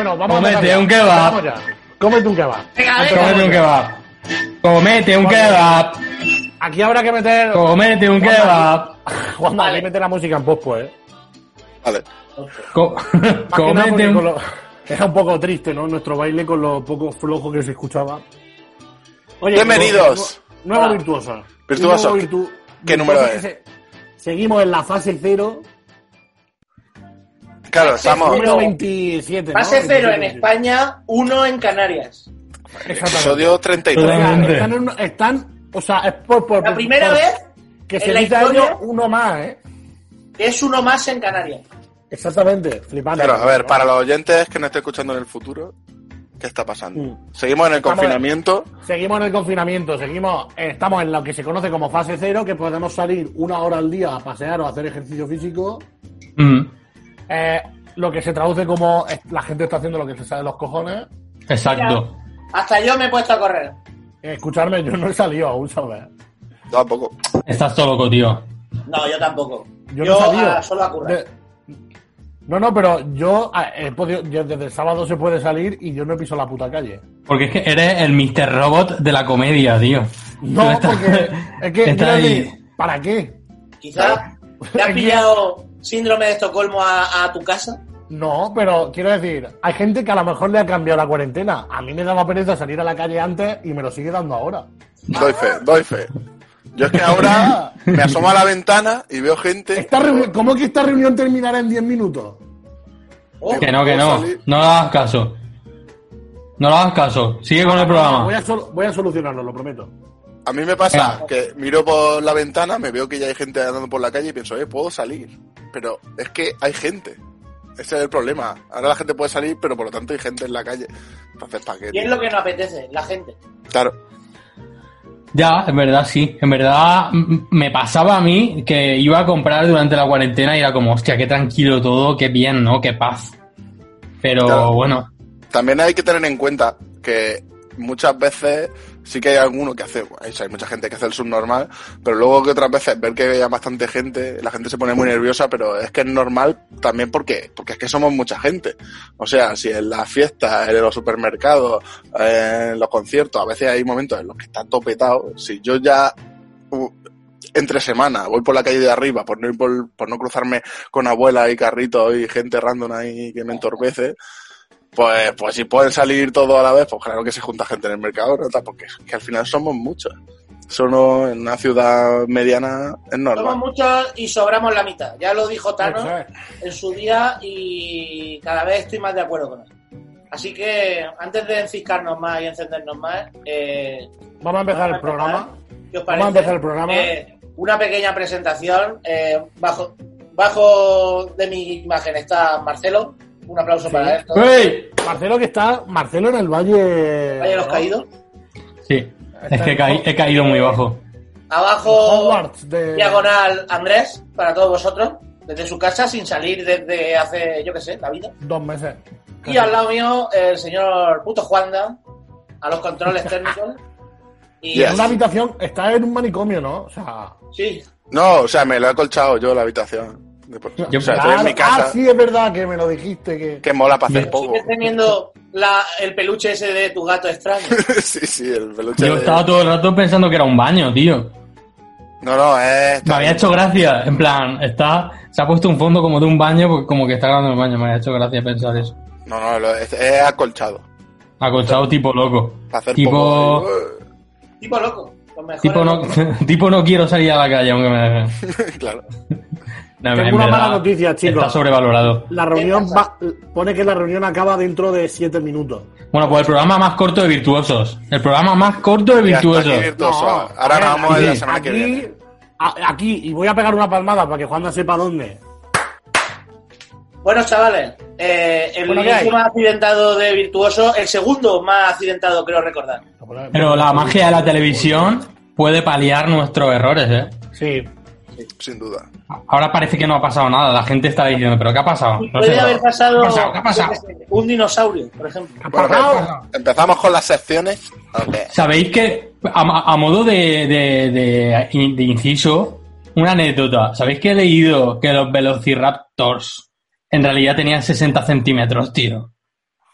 Bueno, vamos Cómete a un kebab. Vamos ya. Cómete un kebab. Cómete un kebab. Cómete un kebab. Aquí habrá que meter... Cómete un kebab. Juanma, hay que meter la música en post, pues, Vale. Más que nada Cómete porque un... era un poco triste, ¿no? Nuestro baile con lo poco flojo que se escuchaba. Oye, Bienvenidos. Nuevo virtuoso. Virtuoso. ¿Qué número es? Seguimos en la fase 0. Claro, estamos... Número 27, ¿no? Fase 0 en 27. España, 1 en Canarias. Episodio 33. Totalmente. Están, o sea, es por La primera vez que en se la dice historia- ellos uno más, ¿eh? que es uno más en Canarias. Exactamente, flipante. Claro, a ver, para los oyentes que no estén escuchando en el futuro, ¿qué está pasando? Seguimos en el confinamiento. Seguimos en el confinamiento, estamos en lo que se conoce como fase 0, que podemos salir 1 hora al día a pasear o a hacer ejercicio físico. Lo que se traduce como la gente está haciendo lo que se sale de los cojones. Exacto. Hasta yo me he puesto a correr. Escucharme, yo no he salido aún, ¿sabes? Tampoco. Estás todo loco, tío. No, yo tampoco. Yo no he salido. Solo a currar. No, pero yo he podido, desde el sábado se puede salir y yo no he pisado la puta calle. Porque es que eres el Mr. Robot de la comedia, tío. No, Tú estás- porque es que, estás quiero ahí. decir, ¿para qué? Quizás te has pillado síndrome de Estocolmo a tu casa. No, pero quiero decir, hay gente que a lo mejor le ha cambiado la cuarentena. A mí me daba pereza salir a la calle antes y me lo sigue dando ahora. Doy fe. Yo es que ahora me asomo a la ventana y veo gente... ¿Cómo que esta reunión terminará en 10 minutos? Que no. No le hagas caso. No le hagas caso. Sigue con el programa. Voy a solucionarlo, lo prometo. A mí me pasa que miro por la ventana, me veo que ya hay gente andando por la calle y pienso, puedo salir. Pero es que hay gente. Ese es el problema. Ahora la gente puede salir, pero por lo tanto hay gente en la calle. Entonces, ¿para qué? Y es lo que nos apetece, la gente. Claro. Ya, en verdad sí. En verdad me pasaba a mí que iba a comprar durante la cuarentena y era como, hostia, qué tranquilo todo, qué bien, ¿no? Qué paz. Pero Claro. bueno, También hay que tener en cuenta que muchas veces sí que hay alguno que hace, hay mucha gente que hace el subnormal, pero luego que otras veces ver que hay bastante gente, la gente se pone muy nerviosa, pero es que es normal también porque es que somos mucha gente. O sea, si en las fiestas, en los supermercados, en los conciertos, a veces hay momentos en los que está todo petado. Si yo ya entre semana voy por la calle de arriba por no cruzarme con abuelas y carritos y gente random ahí que me entorpece, pues si pueden salir todos a la vez, pues claro que se junta gente en el mercado, ¿no? Porque es que al final somos muchos. Eso no, en una ciudad mediana es normal. Somos muchos y sobramos la mitad. Ya lo dijo Tano Eso es. en su día y cada vez estoy más de acuerdo con él. Así que antes de enciscarnos más y encendernos más, Vamos a empezar el programa. ¿qué os Vamos a parece? empezar el programa. Una pequeña presentación. Bajo de mi imagen está Marcelo. Un aplauso para él. ¡Ey! Marcelo en el Valle... Valle de los Caídos. Sí, es que he caído muy bajo. Abajo, Hogwarts de... diagonal Andrés, para todos vosotros, desde su casa, sin salir desde hace, yo qué sé, la vida. 2 meses. Y al lado mío, el señor puto Juanda, a los controles técnicos. Y Yes. En una habitación, está en un manicomio, ¿no? O sea... sí, No, o sea, me lo he acolchado yo la habitación. Yo- O sea, estoy en mi casa, sí, es verdad que me lo dijiste. que mola para hacer Yo- poco. sigues teniendo el peluche ese de tu gato extraño. sí, el peluche Yo de... estaba todo el rato pensando que era un baño, tío. No, es... Me había hecho gracia, en plan, se ha puesto un fondo como de un baño, pues como que está grabando en el baño, me había hecho gracia pensar eso. No, es acolchado. Acolchado tipo loco. Para hacer Tipo, poco. Tipo loco. Los mejores tipo no, locos. tipo no quiero salir a la calle aunque me dejen. Claro. No, Tengo en una verdad, mala noticia, chicos. Está sobrevalorado. La reunión pone que la reunión acaba dentro de 7 minutos. Bueno, pues el programa más corto de Virtuosos. El programa más corto de Y hasta aquí Virtuosos. virtuoso. No, Ahora a ver, nos vamos a ir la aquí- semana que viene. Aquí, y voy a pegar una palmada para que Juanda sepa dónde. Bueno, chavales, el Bueno, ¿qué inicio hay? más accidentado de Virtuoso, el segundo más accidentado, creo recordar. Pero la magia de la televisión puede paliar nuestros errores, ¿eh? Sí. Sin duda. Ahora parece que no ha pasado nada. La gente está diciendo, ¿pero qué ha pasado? No Puede sé. haber pasado, ¿Qué ha pasado? yo qué sé, un dinosaurio, por ejemplo. Bueno, pues, empezamos con las secciones. Ok. ¿Sabéis que, a modo de inciso, una anécdota? ¿Sabéis que he leído que los velociraptors en realidad tenían 60 centímetros, tío?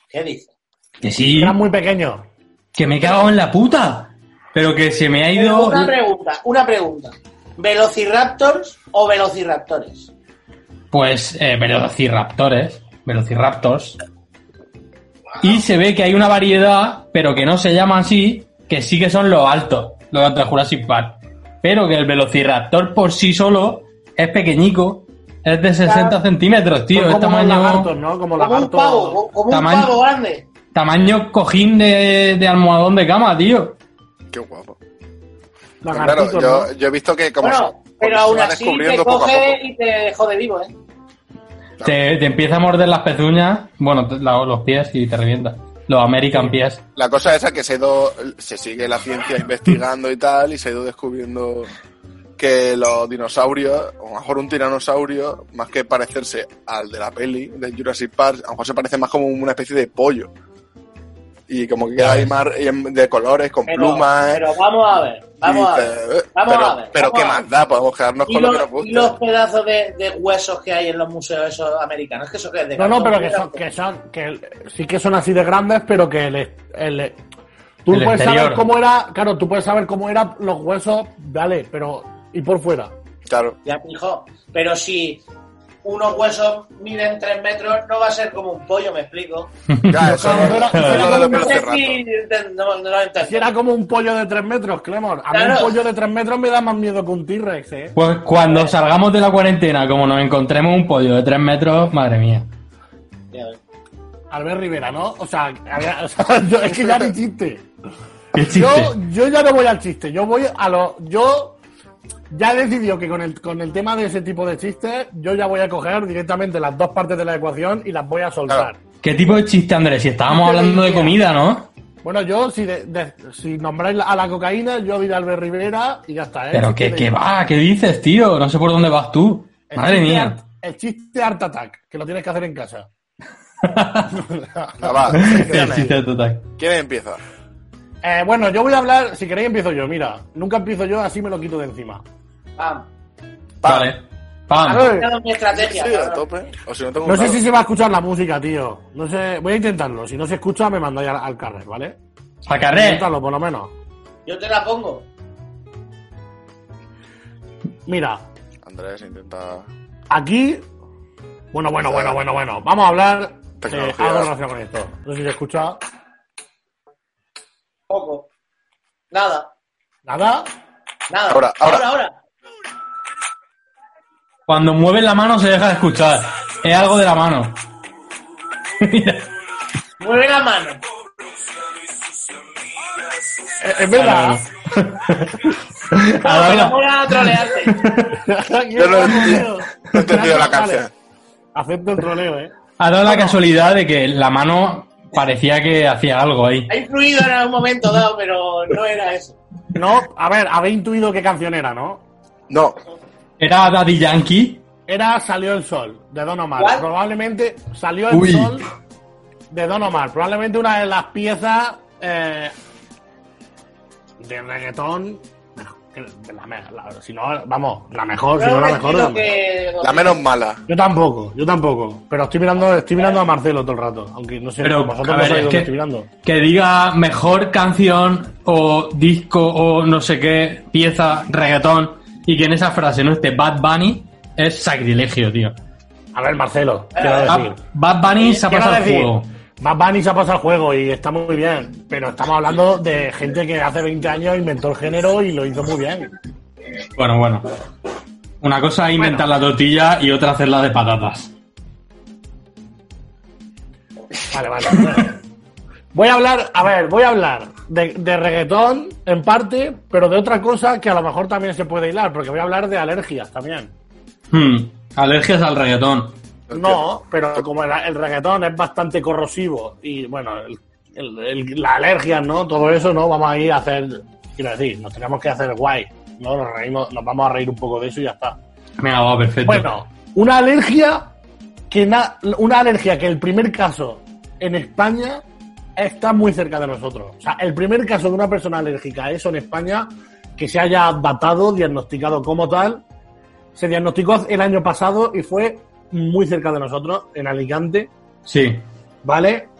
¿Qué dices? Que sí, Eran muy pequeños. que me he cagado en la puta. Pero que se me ha ido... Una pregunta. ¿Velociraptors o velociraptores? Pues velociraptors. Y se ve que hay una variedad, pero que no se llama así, que sí que son los altos, los de Jurassic Park. Pero que el velociraptor por sí solo es pequeñico, es de 60 centímetros, tío. Son Es como tamaño... lagartos, ¿no? Como Como un lagartos. pavo, como un Tamaño- pavo grande. Tamaño cojín de almohadón de cama, tío. Qué guapo. Lagartitos, Claro, ¿no? yo he visto que como Bueno, como pero se aún va así te descubriendo poco a coge poco. y te jode vivo, ¿eh? Te empieza a morder las pezuñas, bueno, los pies y te revienta. Los American pies. La cosa esa que se sigue la ciencia investigando y tal, y se ha ido descubriendo que los dinosaurios, o a lo mejor un tiranosaurio, más que parecerse al de la peli de Jurassic Park, a lo mejor se parece más como una especie de pollo. Y como que Ya hay ves. más de colores, con plumas. Pero vamos a ver, vamos a ver. Pero vamos ¿qué a más ver. da? Podemos quedarnos Y con lo que nos y los gusta. pedazos de huesos que hay en los museos esos americanos, que eso que es de No, cartón, pero sí que son así de grandes, pero que tú El puedes exterior. saber cómo era, claro, tú puedes saber cómo eran los huesos, vale, pero y por fuera. Claro. Ya, hijo. Pero si unos huesos miden 3 metros, no va a ser como un pollo, me explico. Ya, eso Claro, es era lo de No sé Velociraptor. si no lo entiendo. Si era como un pollo de 3 metros, Clemor. A mí Claro. un pollo de 3 metros me da más miedo que un T-Rex, ¿eh? Pues cuando salgamos de la cuarentena, como nos encontremos un pollo de 3 metros, madre mía. Ya ves. Albert Rivera, ¿no? O sea, es que ya ni chiste. ¿Qué chiste? Yo ya no voy al chiste, yo voy a lo... Yo ya he decidido que con el tema de ese tipo de chistes, yo ya voy a coger directamente las dos partes de la ecuación y las voy a soltar. Claro. ¿Qué tipo de chiste, Andrés? Si estábamos Chiste de hablando de Ikea. comida, ¿no? Bueno, yo, si nombráis a la cocaína, yo diré Albert Rivera y ya está, ¿eh? Pero Chiste ¿qué de- va? ¿Qué dices, tío? No sé por dónde vas tú. el Madre chiste mía. El chiste Art Attack, que lo tienes que hacer en casa. Ya va. El chiste total. ¿Quién empieza? Bueno, yo voy a hablar, si queréis empiezo yo, mira. Nunca empiezo yo, así me lo quito de encima. Pam. Vale. ¡Pam! A ver, Esa es mi estrategia. Sí, a cabrón. tope. O si no tengo no un sé dado. si se va a escuchar la música, tío. No sé, voy a intentarlo. Si no se escucha, me mandáis al carrer, ¿vale? ¡A carrer! Inténtalo, por lo menos. Yo te la pongo. Mira, Andrés intenta... aquí... Bueno. Vamos a hablar de Tecnología. algo relacionado con esto. No sé si se escucha. Poco. Nada. Nada. Nada. Ahora. Ahora. Cuando mueves la mano se deja de escuchar. Es algo de la mano. Mira. Mueve la mano. Es verdad. No, Ahora- pero mola a trolearte. Yo no he entendido la canción. Acepto el troleo, ¿eh? Ha dado la casualidad de que la mano parecía que hacía algo ahí. Ha influido en algún momento dado, pero no era eso. No, a ver, habéis intuido qué canción era, ¿no? No. ¿Era Daddy Yankee? Era Salió el Sol, de Don Omar. ¿Cuál? Probablemente Salió el Uy. Sol, de Don Omar. Probablemente una de las piezas de reggaetón. Si no, vamos, la mejor, si no la mejor. La menos mala. Yo tampoco. Pero estoy mirando a Marcelo todo el rato. Aunque no sé, Pero, vosotros a no ver, sabéis es dónde que- estoy mirando. Que diga mejor canción o disco o no sé qué, pieza, reggaetón, y que en esa frase no esté Bad Bunny, es sacrilegio, tío. A ver, Marcelo, quiero decir. Bad Bunny se ha Quiero pasado el decir, juego. Bad Bunny se ha pasado el juego y está muy bien, pero estamos hablando de gente que hace 20 años inventó el género y lo hizo muy bien. Bueno. Una cosa es inventar la tortilla y otra hacerla de patatas. Vale. Voy a hablar de reggaetón en parte, pero de otra cosa que a lo mejor también se puede hilar, porque voy a hablar de alergias también. Alergias al reggaetón. No, pero como el reggaetón es bastante corrosivo y bueno, la alergia, ¿no? Todo eso, ¿no? Vamos a ir a hacer, quiero decir, nos tenemos que hacer guay, ¿no? Nos vamos a reír un poco de eso y ya está. Venga, va, perfecto. Bueno, una alergia que el primer caso en España está muy cerca de nosotros. O sea, el primer caso de una persona alérgica a eso en España que se haya datado, diagnosticado como tal, se diagnosticó el año pasado y fue muy cerca de nosotros, en Alicante, Sí. ¿vale?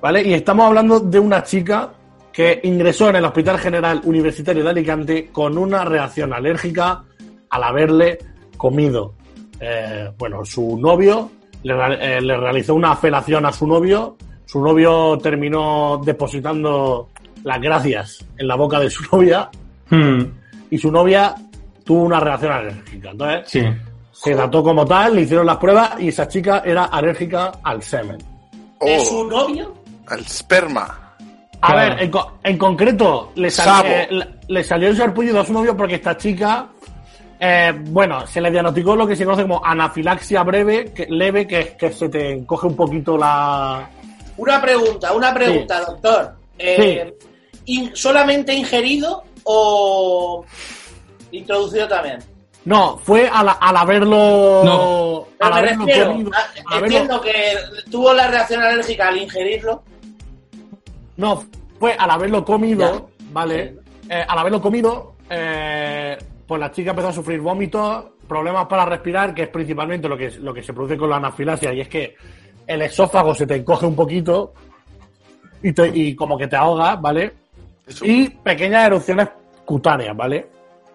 ¿vale? Y estamos hablando de una chica que ingresó en el Hospital General Universitario de Alicante con una reacción alérgica al haberle comido. Su novio le realizó una felación a su novio terminó depositando las gracias en la boca de su novia y su novia tuvo una reacción alérgica. Entonces, Sí. se trató como tal, le hicieron las pruebas y esa chica era alérgica al semen. ¿De su novio? Al esperma. A Claro. ver, en concreto, le Sabo. salió el sarpullido a su novio porque esta chica, se le diagnosticó lo que se conoce como anafilaxia leve, que es que se te encoge un poquito la... Una pregunta, Sí. doctor. ¿Solamente ingerido o introducido también? No, fue al haberlo... No. Al Pero me haberlo refiero, comido. entiendo que tuvo la reacción alérgica al ingerirlo. No, fue al haberlo comido, ¿vale? Al haberlo comido, pues la chica empezó a sufrir vómitos, problemas para respirar, que es principalmente lo que se produce con la anafilaxia, y es que el esófago se te encoge un poquito y como que te ahoga, ¿vale? Eso. Y pequeñas erupciones cutáneas, ¿vale?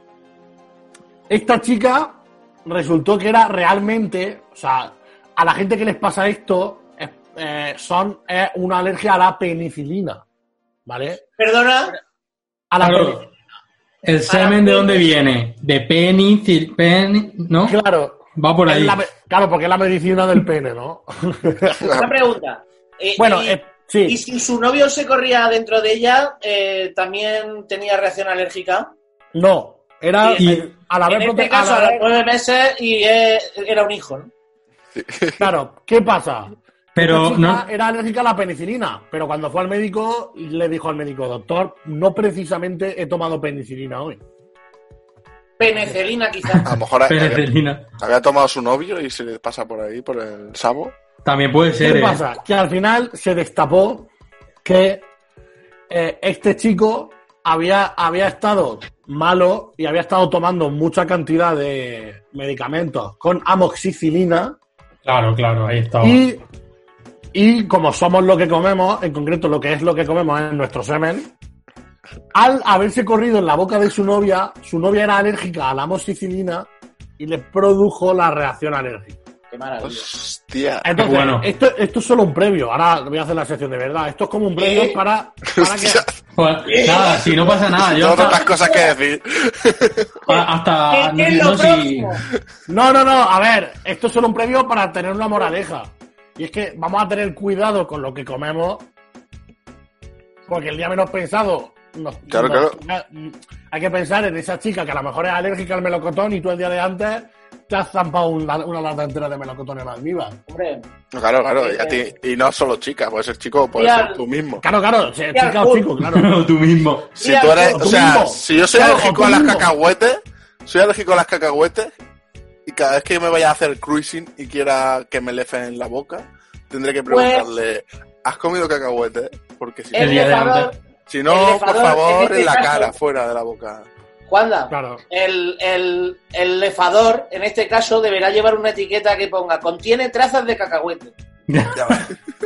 Esta chica resultó que era realmente, o sea, a la gente que les pasa esto es una alergia a la penicilina, ¿vale? Perdona, A la Claro. penicilina. ¿El semen de dónde viene? De ¿no? Claro. Va por ahí. Claro, porque es la medicina del pene, ¿no? una pregunta. Bueno, y sí. si su novio se corría dentro de ella, ¿también tenía reacción alérgica? No. Era Y- al haber En este prote- caso, al a los haber- 9 meses y era un hijo, ¿no? Claro, ¿qué pasa? Pero Esta chica no. era alérgica a la penicilina, pero cuando fue al médico, le dijo al médico, doctor, no precisamente he tomado penicilina hoy. Penicilina, quizás. A lo mejor Penicilina. había tomado a su novio y se le pasa por ahí, por el sabo. También puede ser. ¿Qué pasa? Que al final se destapó que este chico había estado malo y había estado tomando mucha cantidad de medicamentos con amoxicilina Claro, ahí está. y como somos lo que comemos, en concreto lo que comemos es nuestro semen, al haberse corrido en la boca de su novia era alérgica a la amoxicilina y le produjo la reacción alérgica. Qué maravilla. Hostia. Entonces, Bueno. esto es solo un previo. Ahora voy a hacer la sección de verdad. Esto es como un previo para que... Hostia. Pues, nada, si no pasa nada. Yo Tengo tantas hasta, cosas que decir. hasta ¿Qué es lo no sé si- próximo? No. A ver, esto es solo un previo para tener una moraleja. Y es que vamos a tener cuidado con lo que comemos. Porque el día menos pensado... Claro. Hay que pensar en esa chica que a lo mejor es alérgica al melocotón y tú el día de antes te has zampado una lata entera de melocotón en las vivas. Hombre, Claro. Y no solo chicas, puede ser chico, puede Mira, ser tú mismo. Claro, chica o chico, claro. tú mismo. Si tú eres, tú o sea, mismo. si yo soy Claro, alérgico o a tú las mismo. cacahuetes, y cada vez que yo me vaya a hacer cruising y quiera que me lefen en la boca, tendré que preguntarle, ¿has comido cacahuetes? Porque si, El día de lefador, antes. si no, el por lefador, favor, en este en la caso- cara, fuera de la boca. Juanda, Claro. el lefador, en este caso, deberá llevar una etiqueta que ponga contiene trazas de cacahuete. Ya va.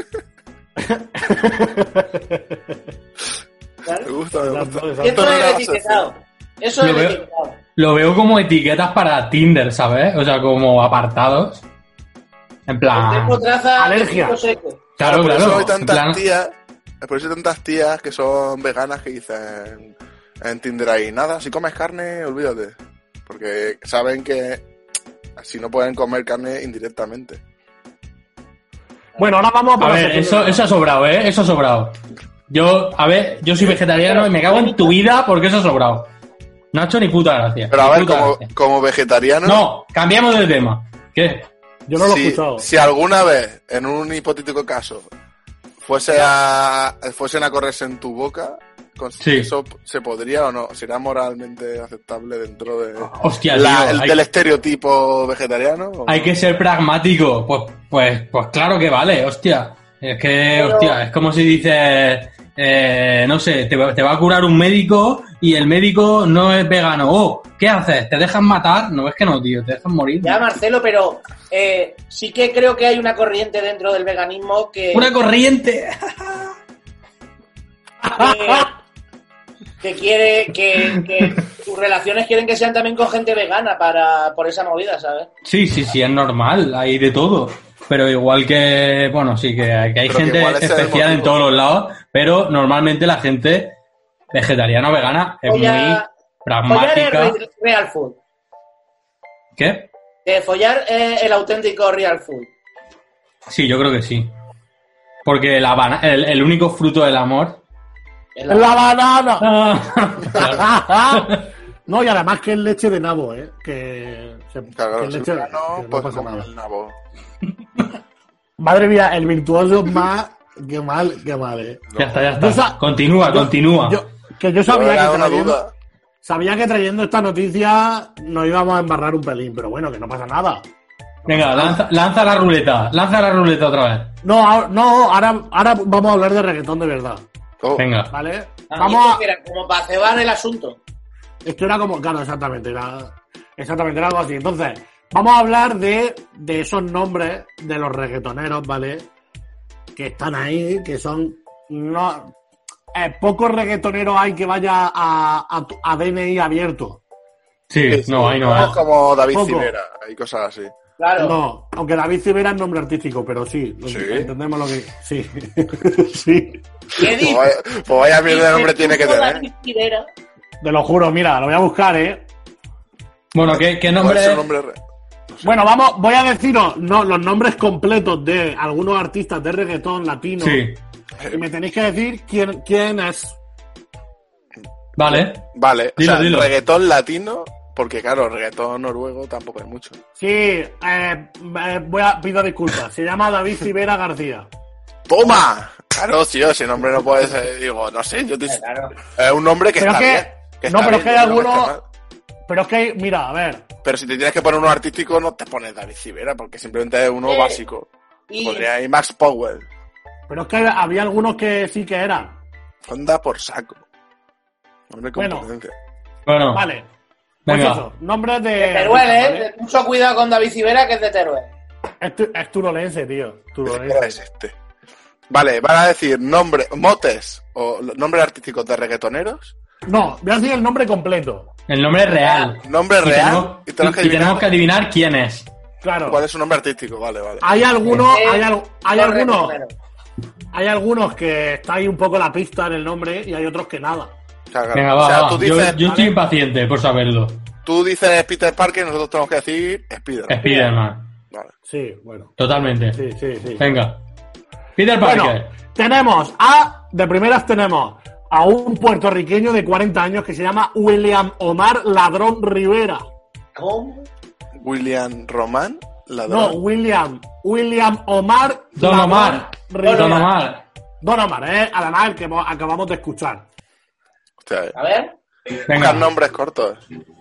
¿Vale? Me gusta. Exacto. Y esto Esto no es era el la etiquetado. Eso es Lo el veo. etiquetado. Lo veo como etiquetas para Tinder, ¿sabes? O sea, como apartados. En plan. Tengo trazas Alergia. de frutos secos. Claro, por eso hay En tantas plan- tías, por eso hay tantas tías que son veganas que dicen en Tinder ahí, nada, si comes carne, olvídate. Porque saben que así no pueden comer carne indirectamente. Bueno, ahora vamos a por A la ver, sección eso, de- eso ha sobrado, ¿eh? Eso ha sobrado. Yo soy vegetariano y me cago en tu vida porque eso ha sobrado. No ha hecho ni puta gracia. Pero a Ni ver, puta como, gracia. como vegetariano, No, cambiamos de tema. ¿Qué? Yo no lo he si, escuchado. si alguna vez, en un hipotético caso, fuesen a correrse en tu boca, Sí. ¿eso se podría o no? ¿Será moralmente aceptable dentro de Hostia, tío, del estereotipo vegetariano? ¿O hay no? que ser pragmático. Pues claro que vale, hostia. Es que, Pero- hostia, es como si dices, no sé, te va a curar un médico y el médico no es vegano. Oh, ¿qué haces? ¿Te dejan matar? No, es que no, tío, te dejan morir. Ya, Marcelo, pero sí que creo que hay una corriente dentro del veganismo que... Una corriente. que quiere que tus relaciones quieren que sean también con gente vegana por esa movida, ¿sabes? Sí, es normal, hay de todo. Pero igual que, bueno, sí, que hay Pero gente que igual ese es el especial en motivo. todos los lados, pero normalmente la gente vegetariana o vegana es muy Follar pragmática. es real food. ¿Qué? Follar es el auténtico real food. Sí, yo creo que sí. Porque el único fruto del amor... Es ¡La banana! Claro. No, y además que es leche de nabo, ¿eh? Claro, que es si leche no, que pues pasa como nada. el nabo. Madre mía, el virtuoso más... Qué mal, ¿eh? Ya está. Yo sa- Continúa. Yo sabía Era que una trayendo, duda. sabía que trayendo esta noticia nos íbamos a embarrar un pelín, pero bueno, que no pasa nada. Venga, lanza la ruleta. Lanza la ruleta otra vez. No, ahora vamos a hablar de reggaetón de verdad, Oh, Venga. ¿vale? Vamos Vamos a... era como para cebar el asunto. Esto era como... Claro, exactamente, era algo así. Entonces, vamos a hablar de esos nombres de los reggaetoneros, ¿vale? Que están ahí, que son... No, pocos reggaetoneros hay que vaya a DNI abierto. Sí, no hay. como David Poco. Civera y cosas así. Claro. No, aunque David Civera es nombre artístico, pero sí, ¿Sí? entendemos lo que... Sí, sí. ¿Qué dices? Pues vaya mierda de nombre tiene que tener. Te lo juro, mira, lo voy a buscar, ¿eh? Bueno, ¿qué ¿Cuál nombre es su es? nombre? Bueno, voy a deciros los nombres completos de algunos artistas de reggaetón latino. Sí. Y me tenéis que decir quién es. Vale. Vale, Dilo, o sea, dilo. reggaetón latino, porque claro, reggaetón noruego tampoco hay mucho. Sí, pido disculpas. Se llama David Civera García. ¡Toma! Claro, tío, ese nombre no puede ser, digo, no sé, Claro. es un nombre que Pero está que- bien. no, está pero es que hay yo creo algunos- está mal. Pero es que, mira, a ver. Pero si te tienes que poner uno artístico, no te pones David Civera, porque simplemente es uno básico. Y Podría ir Max Powell. Pero es que había algunos que sí que eran. Anda por saco. Nombre Bueno. competente. Bueno, Vale. Pues venga. eso, nombres de. de Teruel, ¿vale? Mucho cuidado con David Civera, que es de Teruel. Es turolense, tío. ¿Qué Turolense. es este? Vale, van a decir motes o nombres artísticos de reggaetoneros. No, voy a decir el nombre completo. El nombre es real. Nombre Y real. tenemos, y tenemos que y tenemos que adivinar adivinar quién es. Claro. cuál es su nombre artístico. Vale, vale. Hay algunos, Eh, hay los algunos, reggaetoneros. hay algunos que está ahí un poco la pista en el nombre y hay otros que nada. Claro, Venga, o va, sea, va. tú Yo dices, estoy impaciente por saberlo. tú dices Peter Parker y nosotros tenemos que decir Spider. Spiderman. Vale. Sí, bueno. Totalmente. Sí. Venga. Peter Parker. Bueno, tenemos de primeras tenemos a un puertorriqueño de 40 años que se llama William Omar Ladrón Rivera. ¿Cómo? William Román, No, ladrón. William Omar Don Ladrón Omar. Rivera. Don Omar. Don Omar, además el que acabamos de escuchar. Hostia, A ver. buscan Venga. nombres cortos.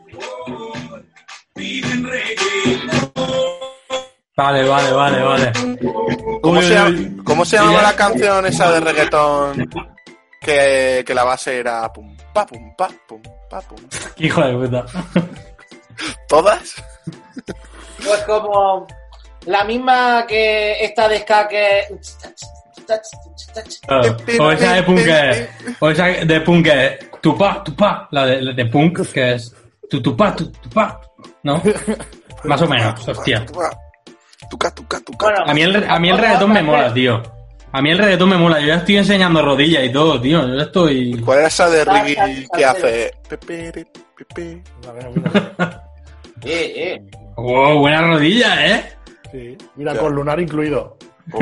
Vale. ¿Cómo, Uy, se, uy, llama, uy. ¿Cómo se llamaba Mira. la canción esa de reggaetón que la base era pum pa pum pa pum pa pum? Hijo de puta. ¿Todas? Pues como la misma que esta de ska que... Claro. O esa de punk que o esa de punk que es tupa, la de punk que es tupa, ¿no? Más o menos, hostia. Tuca. Bueno, A mí el reggaetón me mola, tío. A mí el reggaetón me mola. Yo ya estoy enseñando rodillas y todo, tío. Yo ya estoy... ¿Cuál era esa de Ricky Salsa, que hace? Pepe, pepe. Wow, buena rodilla, ¿eh? Sí, mira, Ya. con lunar incluido. Oh.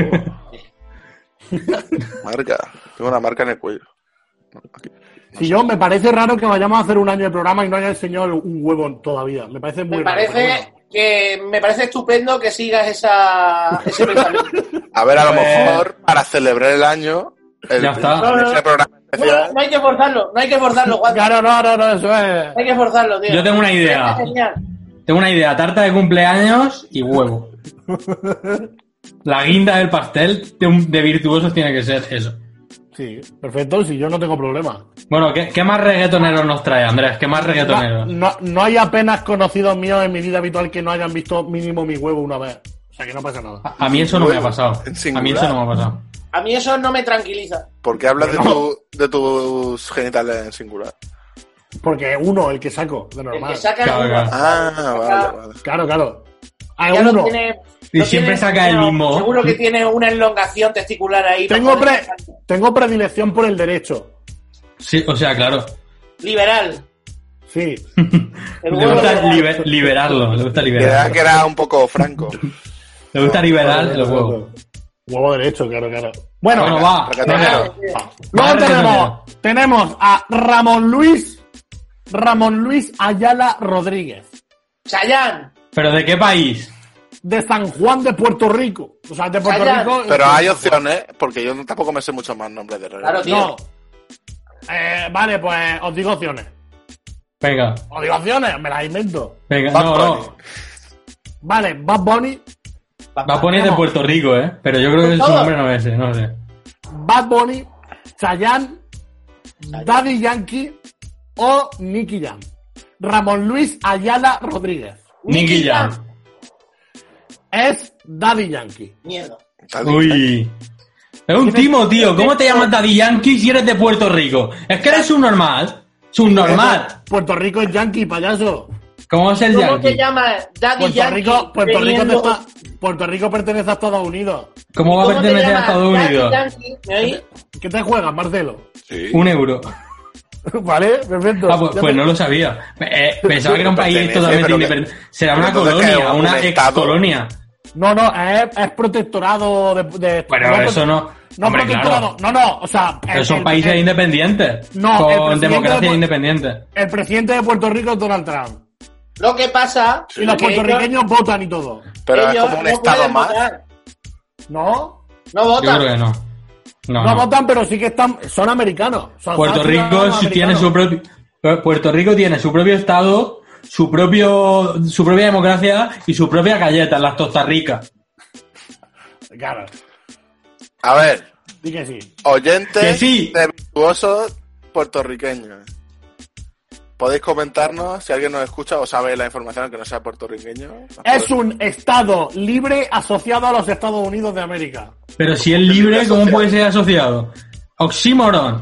Marca. Tengo una marca en el cuello. Aquí. Si yo me parece raro que vayamos a hacer un año de programa y no haya enseñado un huevo todavía. Me parece muy me raro. pero parece que me parece estupendo que sigas ese pensamiento. A ver, a lo Pues- mejor para celebrar el año. Ya está. Ese programa especial. No hay que forzarlo, bueno. Juan. Claro, no, eso es. No hay que forzarlo, tío. Yo tengo una idea. Es genial. Tengo una idea. Tarta de cumpleaños y huevo. La guinda del pastel de virtuosos tiene que ser eso. Sí, perfecto, si yo no tengo problema. Bueno, ¿qué más reggaetoneros nos trae, Andrés? ¿Qué más reggaetoneros? No hay apenas conocidos míos en mi vida habitual que no hayan visto mínimo mi huevo una vez. O sea que no pasa nada. A mí eso no me ha pasado. En A singular. mí eso no me ha pasado. A mí eso no me tranquiliza. ¿Por qué hablas Bueno. de tus genitales en singular? Porque uno, el que saco, de El normal. que saca Claro, uno, claro. Vale. Claro. Hay ya no uno. tiene- Y no siempre tiene- saca el mismo. Seguro que tiene una elongación testicular ahí. Tengo, para poder- tengo predilección por el derecho. Sí, o sea, claro. Liberal. Sí. El Le huevo gusta liberal. liberarlo. Le gusta Era liberarlo. que era un poco franco. Le gusta liberar el huevo. Huevo derecho, claro. Bueno, Bueno, va. Raquetonero. venga. luego Vale, tenemos a Ramón Luis Ayala Rodríguez, Chayán. ¿Pero de qué país? de San Juan de Puerto Rico. O sea, de Puerto Sayán. Rico. Pero hay opciones, porque yo tampoco me sé muchos más nombres de reggae. Claro, tío. No. Vale, pues os digo opciones. Venga, Os digo opciones, me las invento. venga. Bad No, Bunny. no. Vale, Bad Bunny, Va a poner de Puerto Rico, ¿eh? Pero yo creo que su Todo. nombre no es ese, no sé. Bad Bunny, Chayanne, Daddy Yankee o Nicky Jam. Ramón Luis Ayala Rodríguez. Nicky Jam. Es Daddy Yankee. Mierda. Uy. Es un timo, tío. ¿Cómo te llamas Daddy Yankee si eres de Puerto Rico? Es que eres subnormal. Subnormal. Puerto Rico es Yankee, payaso. ¿Cómo es el ¿Cómo Yankee? te llamas? Daddy Yankee. Puerto Rico pertenece a Estados Unidos. ¿Cómo va a ¿Cómo te pertenecer a llamas? Estados Daddy Unidos? Yankee, ¿me oís? ¿Qué te juegas, Marcelo? Sí. €1. ¿Vale? Perfecto. Ah, pues no lo sabía. Pensaba que era un país Pertenece, totalmente pero que- independiente. Será pero una entonces que colonia, es un una ex estado. colonia. No, es protectorado de Pero no, eso no. No, Hombre, protectorado. claro. No, o sea. Pero son países independientes. No, el Con presidente democracia de- independiente. El presidente de Puerto Rico es Donald Trump. Lo que pasa Y los que puertorriqueños votan y todo. Pero es ellos como un no estado pueden más. votar. ¿No? No Yo votan. creo que no. No, No. votan, pero sí que son americanos. Puerto Rico sí tiene su propio. Puerto Rico tiene su propio estado, su propia democracia y su propia galleta, las Tosta Ricas. Claro, A ver, di que sí. oyentes Que sí. de virtuosos puertorriqueños. Podéis comentarnos si alguien nos escucha o sabe la información aunque no sea puertorriqueño. Es un estado libre asociado a los Estados Unidos de América. Pero si es libre, ¿cómo puede ser asociado? Oxímoron.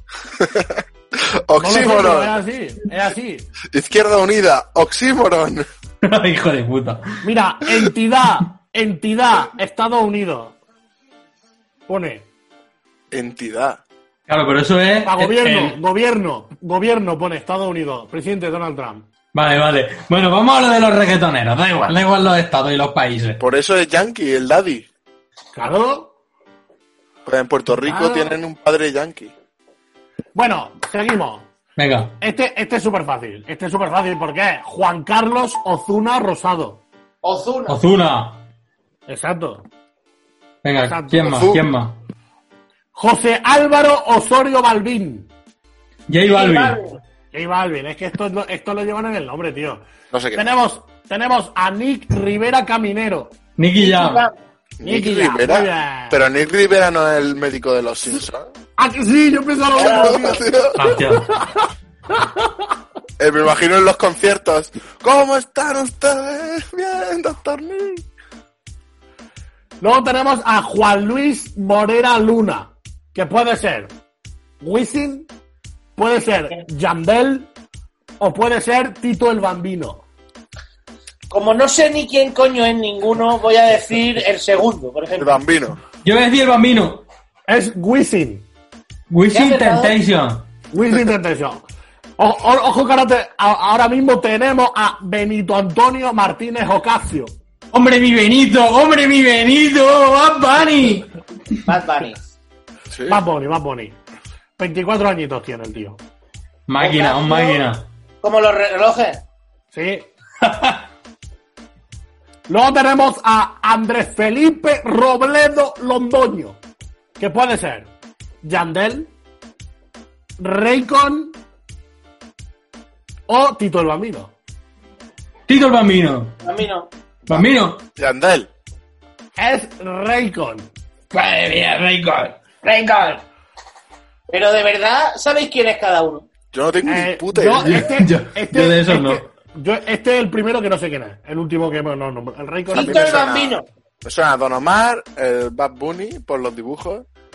No lo sé, pero Oxímoron. es así. Izquierda Unida. Oxímoron. Hijo de puta. Mira, entidad, Estados Unidos. Pone, Entidad. Claro, pero eso es. a gobierno, pone Estados Unidos, presidente Donald Trump. Vale. Bueno, vamos a hablar de los reggaetoneros. Da igual los estados y los países. Por eso es Yankee, el daddy. Claro. Pues en Puerto Rico Claro. tienen un padre Yankee. Bueno, seguimos. Venga. Este es súper fácil. Este es súper fácil porque es Juan Carlos Ozuna Rosado. Ozuna. Ozuna. Exacto. Venga, Exacto. ¿quién más? Ozu- ¿Quién más? José Álvaro Osorio Balbín. J Balvin. J Balvin, es que esto lo llevan en el nombre, tío. No sé qué. Tenemos a Nick Rivera Caminero. Nicky Jam. Nick Nicky Jam, muy Rivera. bien. Pero Nick Rivera no es el médico de los Simpsons. Ah, que sí, yo pienso lo mismo, tío. Hostia. Me imagino en los conciertos. ¿Cómo están ustedes? Bien, doctor Nick. Luego tenemos a Juan Luis Morera Luna, que puede ser Wisin, puede ser Yandel o puede ser Tito el Bambino. Como no sé ni quién coño es ninguno, voy a decir el segundo, por El ejemplo. bambino. Yo voy a decir el bambino. Es Wisin. Wisin ¿Qué ha acertado? Temptation. Wisin Temptation. Ojo que ahora mismo tenemos a Benito Antonio Martínez Ocasio. ¡Hombre, mi Benito! ¡Bad Bunny! Bad Bunny. Sí. Bad Bunny. 24 añitos tiene el tío. Máquina, un máquina. Como los relojes. Sí. Luego tenemos a Andrés Felipe Robledo Londoño, que puede ser Yandel, Raycon o Tito el Bambino. Tito el bambino. A mí no. Bambino. Yandel. Es Raycon. Madre mía, Raycon. Pero de verdad, ¿sabéis quién es cada uno? Yo no tengo ni puta yo, idea. Yo de esos no. Este es el primero que no sé quién es. El último que no. El Raycon. A mí Tito me el suena- Bambino. Me suena a Don Omar, el Bad Bunny, por los dibujos.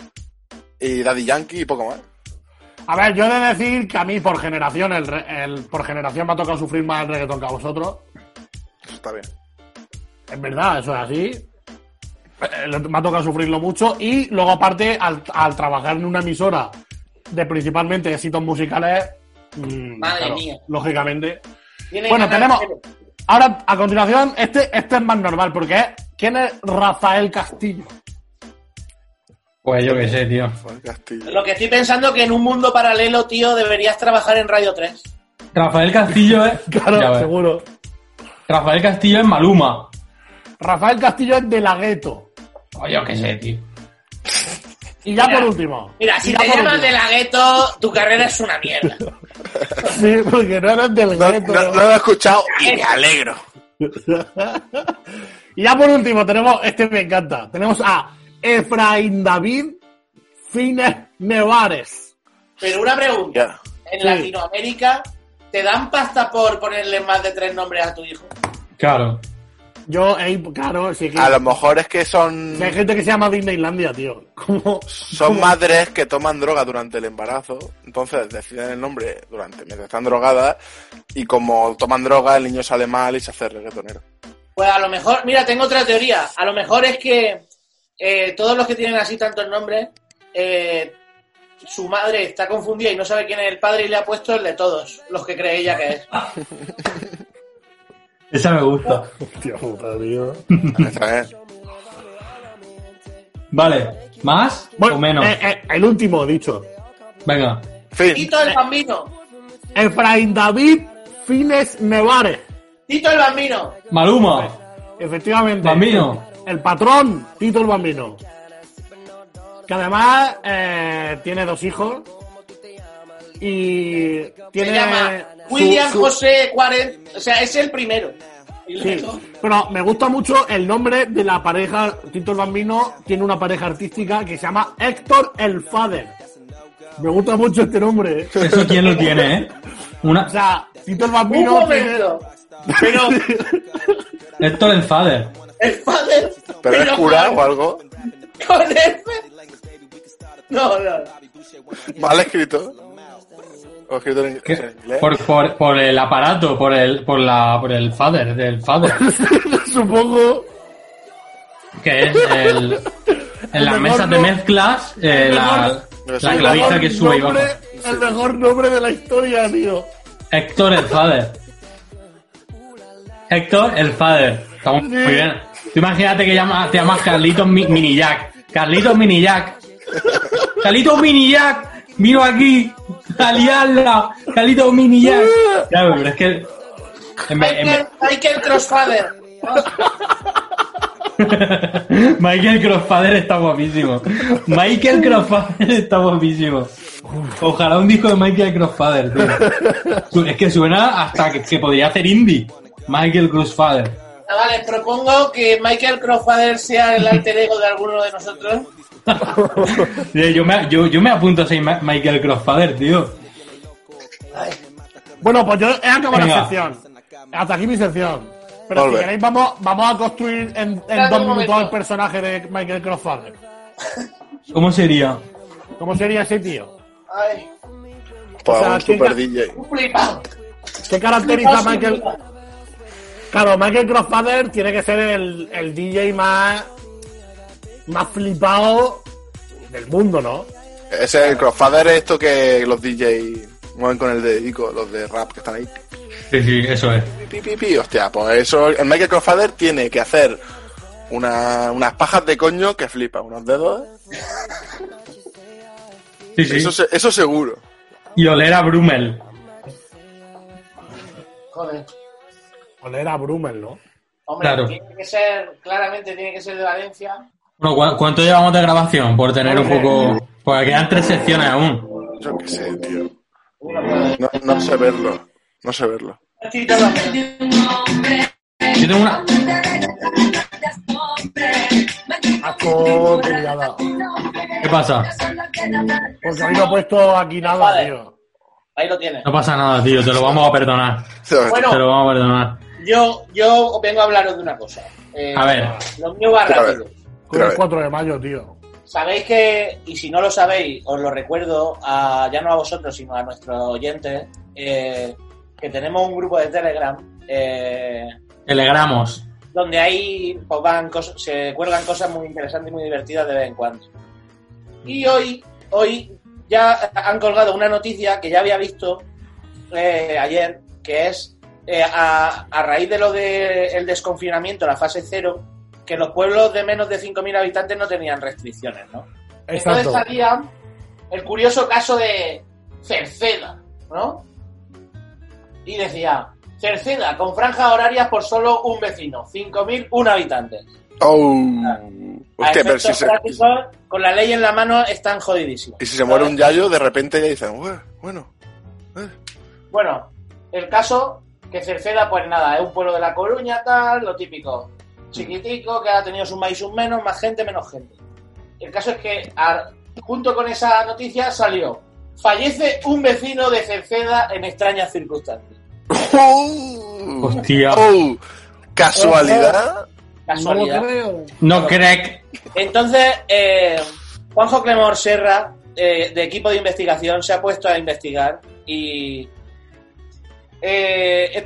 y Daddy Yankee y poco más. A ver, yo he de decir que a mí por generación, por generación me ha tocado sufrir más el reggaetón que a vosotros. Eso está bien. Es verdad, eso es así. Me ha tocado sufrirlo mucho. Y luego, aparte, al trabajar en una emisora de principalmente éxitos musicales, Madre mía. lógicamente. Tiene Bueno, ganas tenemos. Ahora, a continuación, este es más normal, porque es. ¿Quién es Rafael Castillo? Pues yo qué sé, tío. Castillo. Lo que estoy pensando es que en un mundo paralelo, tío, deberías trabajar en Radio 3. Rafael Castillo es... Claro, Ya ves. seguro. Rafael Castillo es Maluma. Rafael Castillo es de la Gueto. O yo qué sé, tío. Y ya Mira, por último. Mira, si Y ya te por llamas último. de la gueto, tu carrera es una mierda. Sí, porque no eres del No, Gueto. no lo he escuchado y me alegro. Y ya por último tenemos, este me encanta, tenemos a Efraín David Fines Nevares. Pero una pregunta. Ya. En Sí. Latinoamérica, ¿te dan pasta por ponerle más de 3 nombres a tu hijo? Claro. Yo, claro, sí que A lo mejor es que son, si hay gente que se llama Disneylandia, tío. son madres que toman droga durante el embarazo, entonces deciden el nombre mientras están drogadas, y como toman droga, el niño sale mal y se hace reggaetonero. Pues a lo mejor, mira, tengo otra teoría. A lo mejor es que todos los que tienen así tantos nombres, su madre está confundida y no sabe quién es el padre y le ha puesto el de todos, los que cree ella que es. Esa me gusta. Tío, puta, tío. Esta es. Vale. ¿Más Bueno, o menos? el último dicho. Venga. Fin. Tito el Bambino. Efraín David Fines Nevares. Tito el Bambino. Maluma. Efectivamente. Bambino. El patrón, Tito el Bambino. Que además tiene 2 hijos. Y tiene. Se llama su- William su- José 40. O sea, es el primero. Y Sí, luego- pero me gusta mucho el nombre de la pareja. Tito el Bambino tiene una pareja artística que se llama Héctor el Father. Me gusta mucho este nombre. ¿Eso quién lo tiene, eh? O sea, Tito el Un Bambino tiene... momento. Pero Héctor el Father. el padre. ¿Pero es cura o algo? Con F. No. ¿Mal escrito? ¿O escrito en ¿Qué? inglés? Por el aparato, por el Father, del Father. Supongo. Que es en las mejor mesas de no- mezclas, la el clavija que sube y baja. El mejor nombre de la historia, tío. Héctor el Father. Héctor el Father. Está muy Sí. bien. Tú imagínate que te llamas Carlitos Mini Jack. Carlitos Mini Jack. Carlitos Mini Jack. Miro aquí. A liarla. Carlitos Mini Jack. Claro, pero es que... Michael Crossfather. Michael Crossfather está guapísimo. Michael Crossfather está guapísimo. Ojalá un disco de Michael Crossfather, tío. Es que suena hasta que podría hacer indie. Michael Crossfather. Vale, propongo que Michael Crossfather sea el alter ego de alguno de nosotros. Yo me apunto a ser Michael Crossfather, tío. Bueno, pues yo he acabado Venga. la sección. Hasta aquí mi sección. Pero Volve. si queréis, vamos a construir en Espérate 2 un minutos momento. el personaje de Michael Crossfather. ¿Cómo sería? ¿Cómo sería ese tío? Ay, Pues O sea, un super ¿quién- DJ. un flipado. ¿Qué caracteriza a Flipado, Michael? flipado. Claro, Michael Crossfather tiene que ser el DJ más flipado del mundo, ¿no? Ese es el Crossfather, esto que los DJ mueven con el dedico, los de rap que están ahí. Sí, eso es. Pi. Hostia, pues eso, el Michael Crossfather tiene que hacer unas pajas de coño que flipa, unos dedos. Sí. Eso seguro. Y oler a Brummel. Joder. Oler a Brummel, ¿no? Hombre, Claro. claramente tiene que ser de Valencia. Bueno, ¿cuánto llevamos de grabación? Por tener un poco... Porque quedan 3 secciones aún. Yo qué sé, tío. No sé verlo. No sé verlo. Tito el Bambino. Yo tengo una... Asco, qué liada. ¿Qué pasa? Porque hoy no he puesto aquí nada, Vale. tío. Ahí lo tienes. No pasa nada, tío. Te lo vamos a perdonar. Bueno, Te lo vamos a perdonar. yo vengo a hablaros de una cosa. A ver. Lo mío va A ver. rápido. Hoy es 4 de mayo, tío. Sabéis que, y si no lo sabéis, os lo recuerdo, ya no a vosotros, sino a nuestros oyentes, que tenemos un grupo de Telegram. Telegramos. Donde ahí pues, se cuelgan cosas muy interesantes y muy divertidas de vez en cuando. Y hoy ya han colgado una noticia que ya había visto ayer, que es a raíz de lo del desconfinamiento, la fase 0, que los pueblos de menos de 5.000 habitantes no tenían restricciones, ¿no? Exacto. Entonces salía el curioso caso de Cerceda, ¿no? Y decía, Cerceda, con franjas horarias por solo un vecino, 5.001 habitantes. Hostia, pero si prácticos, con la ley en la mano están jodidísimos. Y si se muere un yayo, de repente ya dicen, bueno. Bueno, el caso que Cerceda, pues nada, es un pueblo de La Coruña, tal, lo típico. Chiquitico, que ha tenido sus más y sus menos, más gente, menos gente. El caso es que, junto con esa noticia, salió: fallece un vecino de Cerceda en extrañas circunstancias. Hostia. ¿Casualidad? Casualidad. No lo creo. No crack. Entonces, Juanjo Clemor Serra, de equipo de investigación, se ha puesto a investigar y he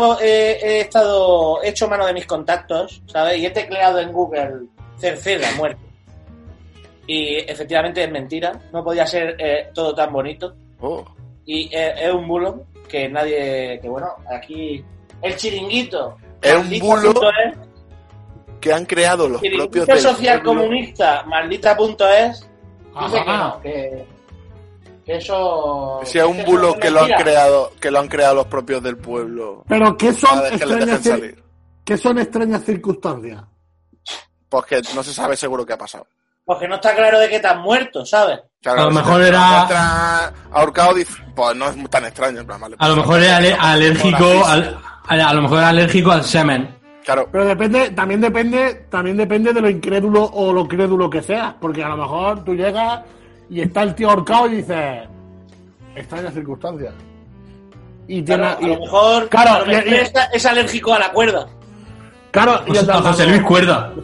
hecho mano de mis contactos, ¿sabes? Y he tecleado en Google Cerceda, muerte. Y efectivamente es mentira, no podía ser todo tan bonito. Y es un bulo que nadie, que bueno, aquí el chiringuito. Es un bulo que han creado los propios del social pueblo. comunista, maldita.es, dice que no, que eso... Si es un bulo que lo han creado los propios del pueblo. Pero ¿qué son Cada vez que les dejen salir. ¿Qué son extrañas circunstancias? Pues que no se sabe seguro qué ha pasado. Porque no está claro de qué te has muerto, ¿sabes? Claro, A lo si mejor te era- encuentras ahorcado, pues no es tan extraño. En plan, vale, A lo pues, mejor era pues, alérgico fotografía. a lo mejor era alérgico al semen. Claro, Pero también depende de lo incrédulo o lo crédulo que seas. Porque a lo mejor tú llegas y está el tío ahorcado y dices, extrañas circunstancias. Y tiene... Claro, a lo mejor, Claro, a lo mejor es alérgico a la cuerda. Claro, y el A José Luis Cuerda.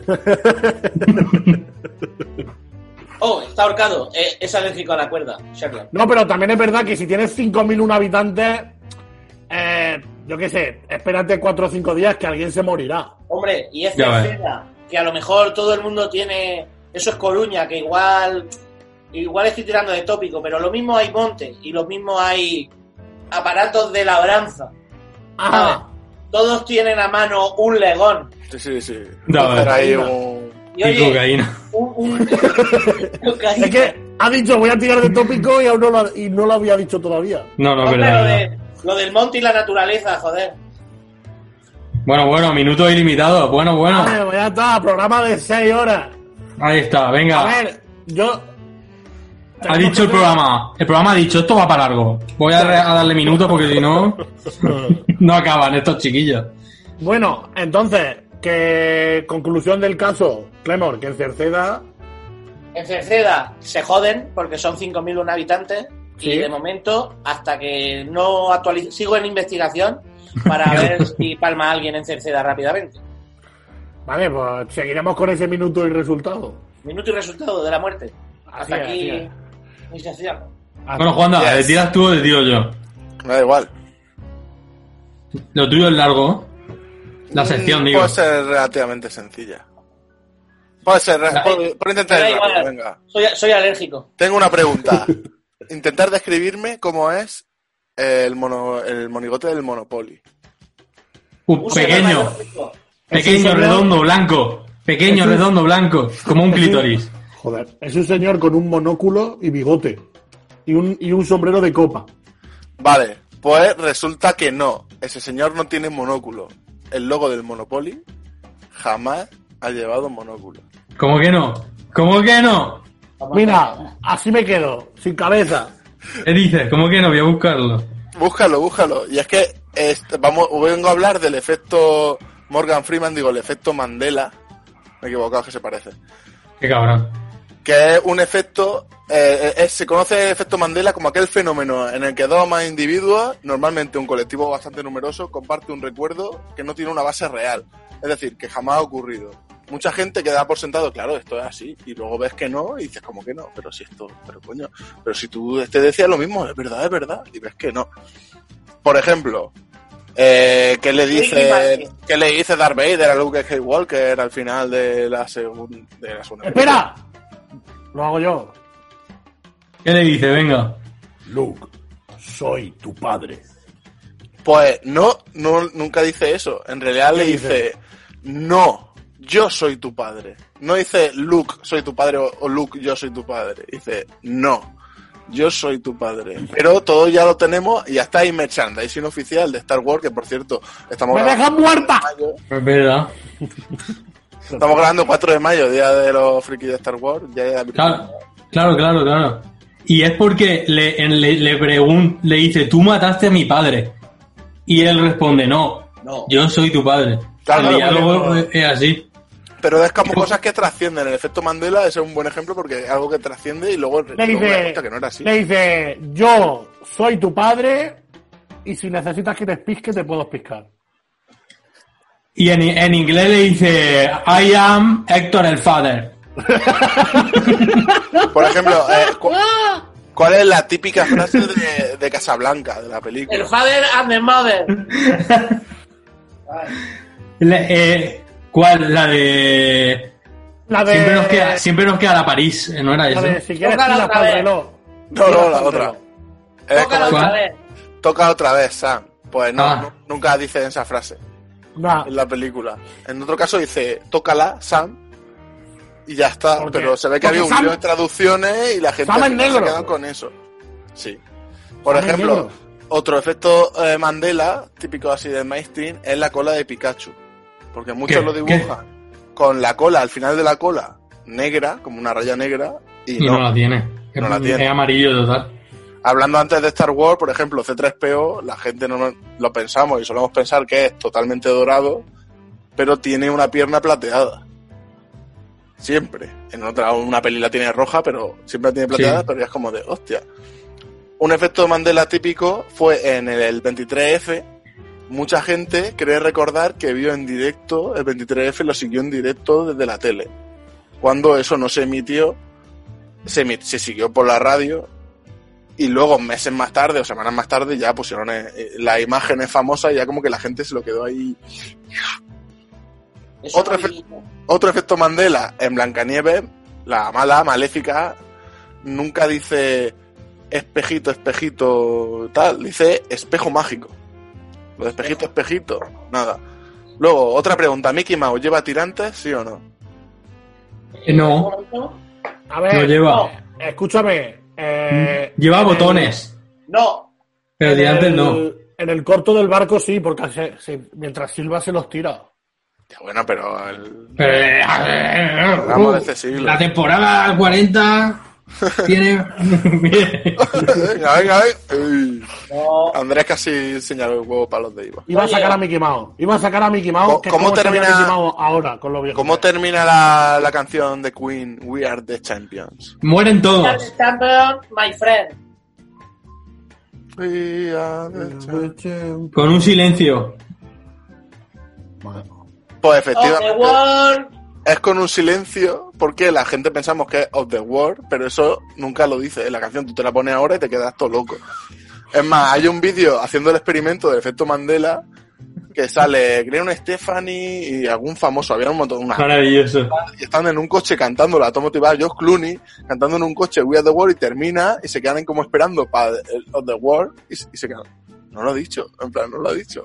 Oh, está ahorcado, es alérgico a la cuerda. Sherlock. No, pero también es verdad que si tienes 5.001 habitantes, yo qué sé, espérate 4 o 5 días que alguien se morirá. Hombre, y es Ya ves. Cerceda, que a lo mejor todo el mundo tiene... Eso es Coruña, que igual estoy tirando de tópico, pero lo mismo hay montes y lo mismo hay aparatos de labranza. Ajá. Todos tienen a mano un legón. sí. Ya Hacer ves. ahí un... Y Y oye, cocaína. cocaína. Es que ha dicho voy a tirar de tópico y aún no lo había dicho todavía. No, es Hombre, verdad. lo del monte y la naturaleza, joder. Bueno, minutos ilimitados. Bueno. Vale, pues ya está, programa de 6 horas. Ahí está, A venga. ver, yo... Ha dicho el programa. El programa ha dicho, esto va para largo. Voy a darle minutos porque si no, no acaban estos chiquillos. Bueno, entonces, que conclusión del caso, Clemor, que en Cerceda... En Cerceda se joden porque son 5.001 habitantes Sí. y de momento, hasta que no actualice, sigo en investigación para ver si palma alguien en Cerceda rápidamente. Vale, pues seguiremos con ese minuto y resultado. Minuto y resultado de la muerte. Así Hasta es, aquí así es. mi sección. Bueno, Juanda, Yes. ¿le tiras tú o le tiro yo? Me da igual. Lo tuyo es largo. La sección, digo. Puede ser relativamente sencilla. Puede ser... Por intentar Me da ir rápido, igual. venga. Soy alérgico. Tengo una pregunta. Intentar describirme cómo es el monigote del Monopoly. Pequeño, Es un redondo, blanco. Pequeño, Es un- redondo, blanco. Como un clítoris. Joder, es un señor con un monóculo y bigote. Y un sombrero de copa. Vale, pues resulta que no. Ese señor no tiene monóculo. El logo del Monopoly jamás ha llevado monóculo. ¿Cómo que no? ¿Cómo que no? Mira, así me quedo, sin cabeza. ¿Qué dices? ¿Cómo que no? Voy a buscarlo. Búscalo. Y es que vengo a hablar del efecto Morgan Freeman, digo, el efecto Mandela. Me he equivocado, que se parece. Qué cabrón. Que es un efecto, se conoce el efecto Mandela como aquel fenómeno en el que dos o más individuos, normalmente un colectivo bastante numeroso, comparte un recuerdo que no tiene una base real. Es decir, que jamás ha ocurrido. mucha gente queda por sentado, claro, esto es así, y luego ves que no, y dices, como que no, pero si esto, pero coño, pero si tú te decías lo mismo, es verdad, y ves que no. Por ejemplo, ¿qué le dice Darth Vader a Luke Skywalker al final de la segunda? ¡Espera! Lo hago yo. ¿Qué le dice? Venga. Luke, soy tu padre. Pues nunca dice eso. En realidad le dice, no, yo soy tu padre. No dice Luke, soy tu padre, o Luke, yo soy tu padre. Dice, no, yo soy tu padre. Pero todo ya lo tenemos y ya está ahí merchandising oficial de Star Wars, que por cierto, estamos ¡Me dejas muerta! Es verdad. Estamos grabando 4 de mayo, día de los frikis de Star Wars. Claro. Y es porque le dice, tú mataste a mi padre. Y él responde, no, yo soy tu padre. Claro, el diálogo es así. Pero es como cosas que trascienden. El efecto Mandela es un buen ejemplo porque es algo que trasciende y luego Le dice, que no era así. le dice, yo soy tu padre y si necesitas que te pisque, te puedo piscar. Y en inglés le dice, I am Héctor el father. Por ejemplo, ¿cuál es la típica frase de Casablanca, de la película? El father and the mother. ¿Cuál? La de... Siempre nos queda la París, ¿no era eso? La de, si quieres Tócala tiras otra para el vez. reloj. No, la otra. Es Tócala como, otra vez. toca otra vez, Sam. Pues no, Ah. nunca dice esa frase Nah, en la película. En otro caso dice, tócala, Sam, y ya está. ¿Por qué? Pero se ve que Porque había un Sam- lío de traducciones y la gente Sam es al final se negro. quedó con eso. Sí. Por Sam es ejemplo, negro. otro efecto Mandela, típico así de mainstream, es la cola de Pikachu. Porque muchos ¿Qué? lo dibujan con la cola, al final de la cola, negra, como una raya negra, y Y no la tiene. No la tiene. Es amarillo total. Hablando antes de Star Wars, por ejemplo, C-3PO, la gente no lo pensamos y solemos pensar que es totalmente dorado, pero tiene una pierna plateada. Siempre. En otra, una peli la tiene roja, pero siempre la tiene plateada, Sí. pero ya es como de, hostia. Un efecto Mandela típico fue en el 23F. Mucha gente cree recordar que vio en directo, el 23F lo siguió en directo desde la tele. Cuando eso no se emitió, se siguió por la radio. Y luego, meses más tarde o semanas más tarde, ya pusieron las imágenes famosas y ya como que la gente se lo quedó ahí. Eso Otro no efe- digo. Otro efecto Mandela, en Blancanieves, la mala, maléfica, nunca dice espejito, espejito, tal, dice espejo mágico. Lo de espejito, espejito, nada. Luego, otra pregunta, ¿Mickey Mouse lleva tirantes, sí o no? No, a ver, no lleva. escúchame. Lleva en botones. No. Pero de antes no. En el corto del barco sí, porque mientras Silva se los tira. Ya, bueno, pero Pero, Hablamos de este siglo. la temporada 40 tiene... venga. Uy. No. Andrés casi señaló el huevo para los de Iva. Iba a Oye. sacar a Mickey Mouse. Iba a sacar a Mickey Mouse. Que es ¿Cómo como estaría termina- Mickey Mouse ahora con lo viejo? ¿Cómo termina la canción de Queen, We Are the Champions? Mueren todos. Champion, my friend. We are the champions. Con un silencio. Pues Of the efectivamente, world. es con un silencio, porque la gente pensamos que es Of the World, pero eso nunca lo dice. En la canción tú te la pones ahora y te quedas todo loco. Es más, hay un vídeo haciendo el experimento del efecto Mandela que sale Glenn Stefani y algún famoso, había un montón, Maravilloso. y están en un coche cantando la motivada George Clooney, cantando en un coche We Are the World y termina y se quedan como esperando para el Of the World y se quedan. No lo ha dicho, en plan, no lo ha dicho.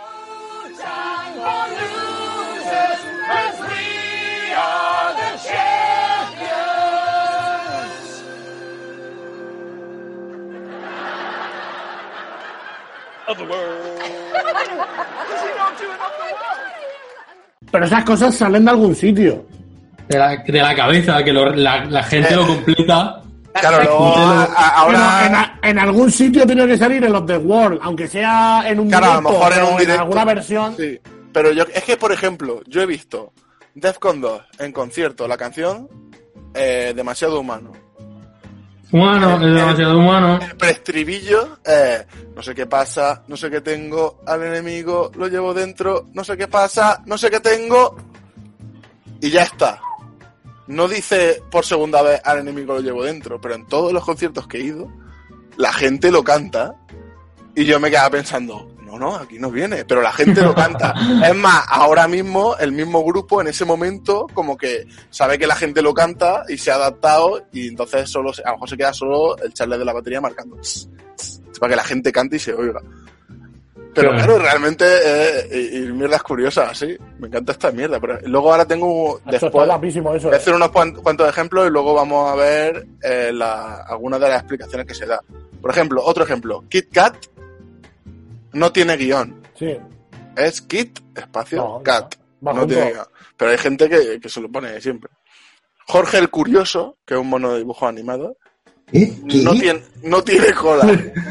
Pero esas cosas salen de algún sitio. De la cabeza, que la gente lo completa. Claro, luego, ahora... Bueno, en algún sitio tiene que salir en los The World, aunque sea en un Claro, a lo directo, mejor en o un directo. alguna versión. Sí, pero es que, por ejemplo, yo he visto Defcon 2 en concierto, la canción Demasiado Humano. Humano, es demasiado humano. El preestribillo no sé qué pasa, no sé qué tengo, al enemigo lo llevo dentro, no sé qué pasa, no sé qué tengo. y ya está. No dice por segunda vez al enemigo lo llevo dentro, pero en todos los conciertos que he ido, la gente lo canta y yo me quedaba pensando, no, aquí no viene, pero la gente lo canta. Es más, ahora mismo el mismo grupo en ese momento como que sabe que la gente lo canta y se ha adaptado y entonces a lo mejor se queda solo el charlet de la batería marcando para que la gente cante y se oiga. Pero claro, realmente y mierdas curiosas, así. Me encanta esta mierda. Pero luego ahora tengo... Está guapísimo eso. Voy a hacer unos cuantos ejemplos y luego vamos a ver algunas de las explicaciones que se da. Por ejemplo, otro ejemplo. Kit Kat no tiene guión. Sí. Es Kit, espacio, Kat. No tiene guión. Pero hay gente que se lo pone siempre. Jorge el Curioso, que es un mono de dibujo animado, no tiene cola.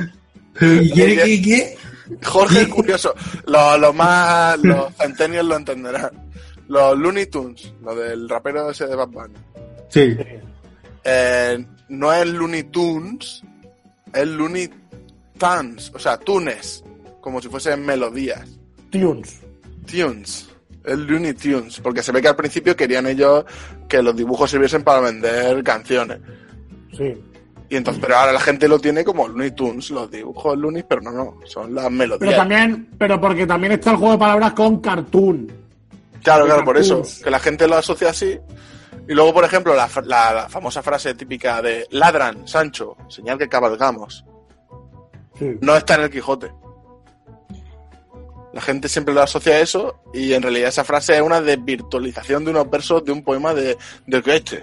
¿Qué? Jorge el Curioso. Los centennials lo entenderán. Los Looney Tunes, lo del rapero ese de Bad Bunny. Sí. No es Looney Tunes, es Looney Tunes, o sea, tunes, como si fuesen melodías. Tunes. Es Looney Tunes, porque se ve que al principio querían ellos que los dibujos sirviesen para vender canciones. Sí. Y entonces, pero ahora la gente lo tiene como Looney Tunes, los dibujos Looney, pero no, son las melodías. Pero porque también está el juego de palabras con cartoon. Claro, por eso, que la gente lo asocia así. Y luego, por ejemplo, la famosa frase típica de ladran, Sancho, señal que cabalgamos. Sí. No está en el Quijote. La gente siempre lo asocia a eso y en realidad esa frase es una desvirtualización de unos versos de un poema de Goethe.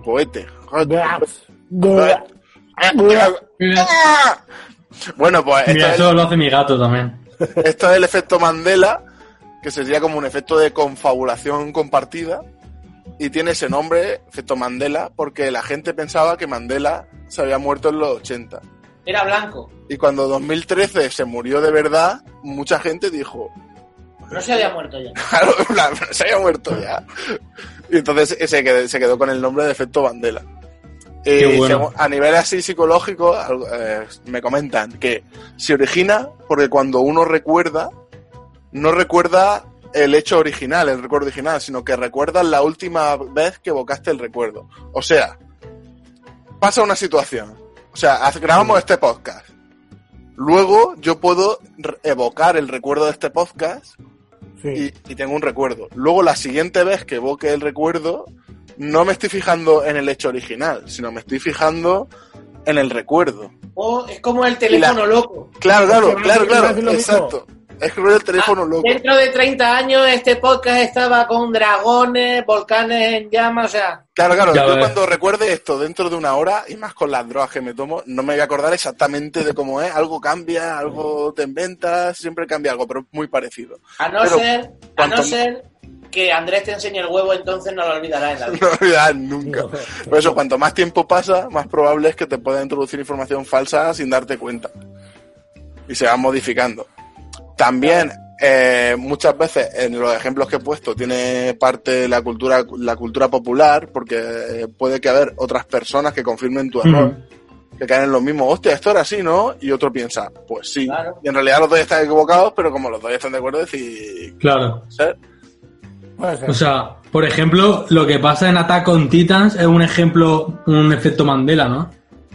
Bueno, pues mira, eso lo hace mi gato también. Esto es el efecto Mandela, que sería como un efecto de confabulación compartida, y tiene ese nombre, efecto Mandela, porque la gente pensaba que Mandela se había muerto en los 80. Era blanco. Y cuando 2013 se murió de verdad, mucha gente dijo... No se había muerto ya. Claro, se había muerto ya. Y entonces se quedó con el nombre de efecto Mandela. Y bueno. A nivel así psicológico, me comentan que se origina porque cuando uno recuerda, no recuerda el hecho original, el recuerdo original, sino que recuerdas la última vez que evocaste el recuerdo. O sea, pasa una situación. O sea, grabamos este podcast. Luego yo puedo evocar el recuerdo de este podcast y tengo un recuerdo. Luego la siguiente vez que evoque el recuerdo, no me estoy fijando en el hecho original, sino me estoy fijando en el recuerdo. Es como el teléfono loco. Claro, exacto. Es como el teléfono loco. Dentro de 30 años este podcast estaba con dragones, volcanes en llamas, o sea... Claro, yo cuando recuerde esto dentro de una hora, y más con las drogas que me tomo, no me voy a acordar exactamente de cómo es. Algo cambia, algo te inventas, siempre cambia algo, pero es muy parecido. A no ser que Andrés te enseñe el huevo, entonces no lo olvidarás en la vida. No lo olvidarás nunca. Por eso, cuanto más tiempo pasa, más probable es que te pueda introducir información falsa sin darte cuenta. Y se va modificando. También, muchas veces, en los ejemplos que he puesto, tiene parte la cultura popular, porque puede que haber otras personas que confirmen tu error, que caen en lo mismo. Hostia, esto era así, ¿no? Y otro piensa, pues sí. Claro. Y en realidad los dos están equivocados, pero como los dos están de acuerdo, decir... Claro. O sea, por ejemplo, lo que pasa en Attack on Titans es un ejemplo, un efecto Mandela, ¿no?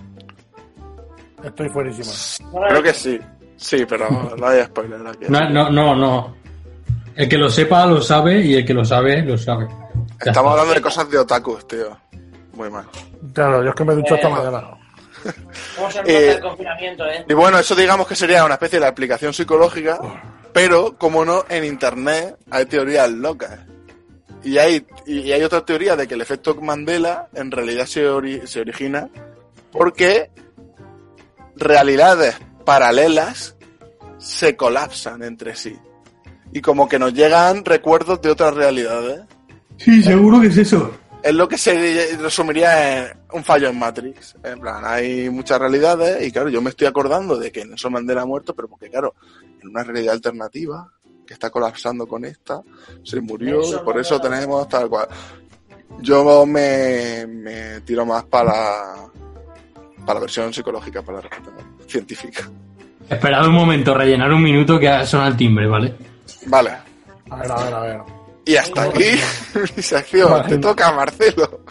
Estoy fuerísimo. Creo que sí. Sí, pero no hay spoiler aquí. No. El que lo sepa lo sabe y el que lo sabe, lo sabe. Estamos hablando de cosas de otakus, tío. Muy mal. Claro, yo es que me he duchado esta mañana. ¿Cómo se empieza el confinamiento, Y bueno, eso digamos que sería una especie de aplicación psicológica, pero, como no, en internet hay teorías locas. Y hay otra teoría de que el efecto Mandela en realidad se origina porque realidades paralelas se colapsan entre sí y como que nos llegan recuerdos de otras realidades. Sí, seguro que es eso. Es lo que se resumiría en un fallo en Matrix. En plan, hay muchas realidades y claro, yo me estoy acordando de que Nelson Mandela ha muerto, pero porque claro, en una realidad alternativa que está colapsando con esta, se murió y por eso tenemos tal cual. Yo me tiro más para la versión psicológica, para la respuesta científica. Esperad un momento, rellenar un minuto que ha sonado el timbre, ¿vale? Vale. A ver. Y hasta aquí mi sección. Vale. Te toca, Marcelo.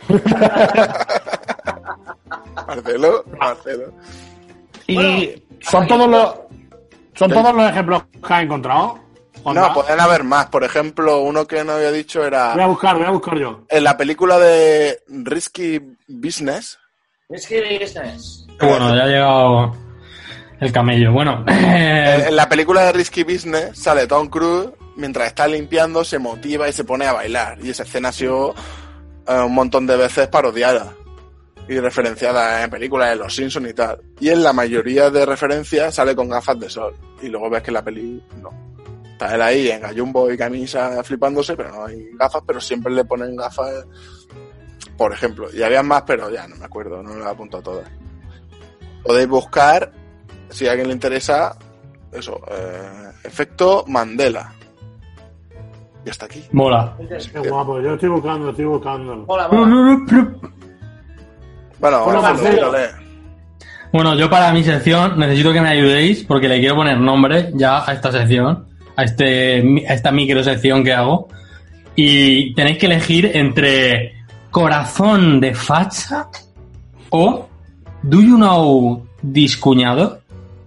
Marcelo. Y Bueno, son todos los ejemplos que has encontrado. Juanma? No, pueden haber más. Por ejemplo, uno que no había dicho era Voy a buscar yo. en la película de Risky Business. Es que business. Bueno, ya ha llegado el camello. Bueno, En la película de Risky Business sale Tom Cruise, mientras está limpiando, se motiva y se pone a bailar. Y esa escena ha sido un montón de veces parodiada y referenciada en películas de Los Simpsons y tal. Y en la mayoría de referencias sale con gafas de sol. Y luego ves que en la peli no. Está él ahí en gallumbo y camisa flipándose, pero no hay gafas, pero siempre le ponen gafas, por ejemplo. Y había más, pero ya no me acuerdo, no las apunto a todas. Podéis buscar, si a alguien le interesa, eso, efecto Mandela. Y hasta aquí. mola. Qué guapo, yo estoy buscando. Mola, mola. Bueno, Bueno, Marcelo, Marcelo. lee. Bueno, yo para mi sección necesito que me ayudéis porque le quiero poner nombre ya a esta sección, a esta micro sección que hago. Y tenéis que elegir entre corazón de facha o Do You Know Discuñado.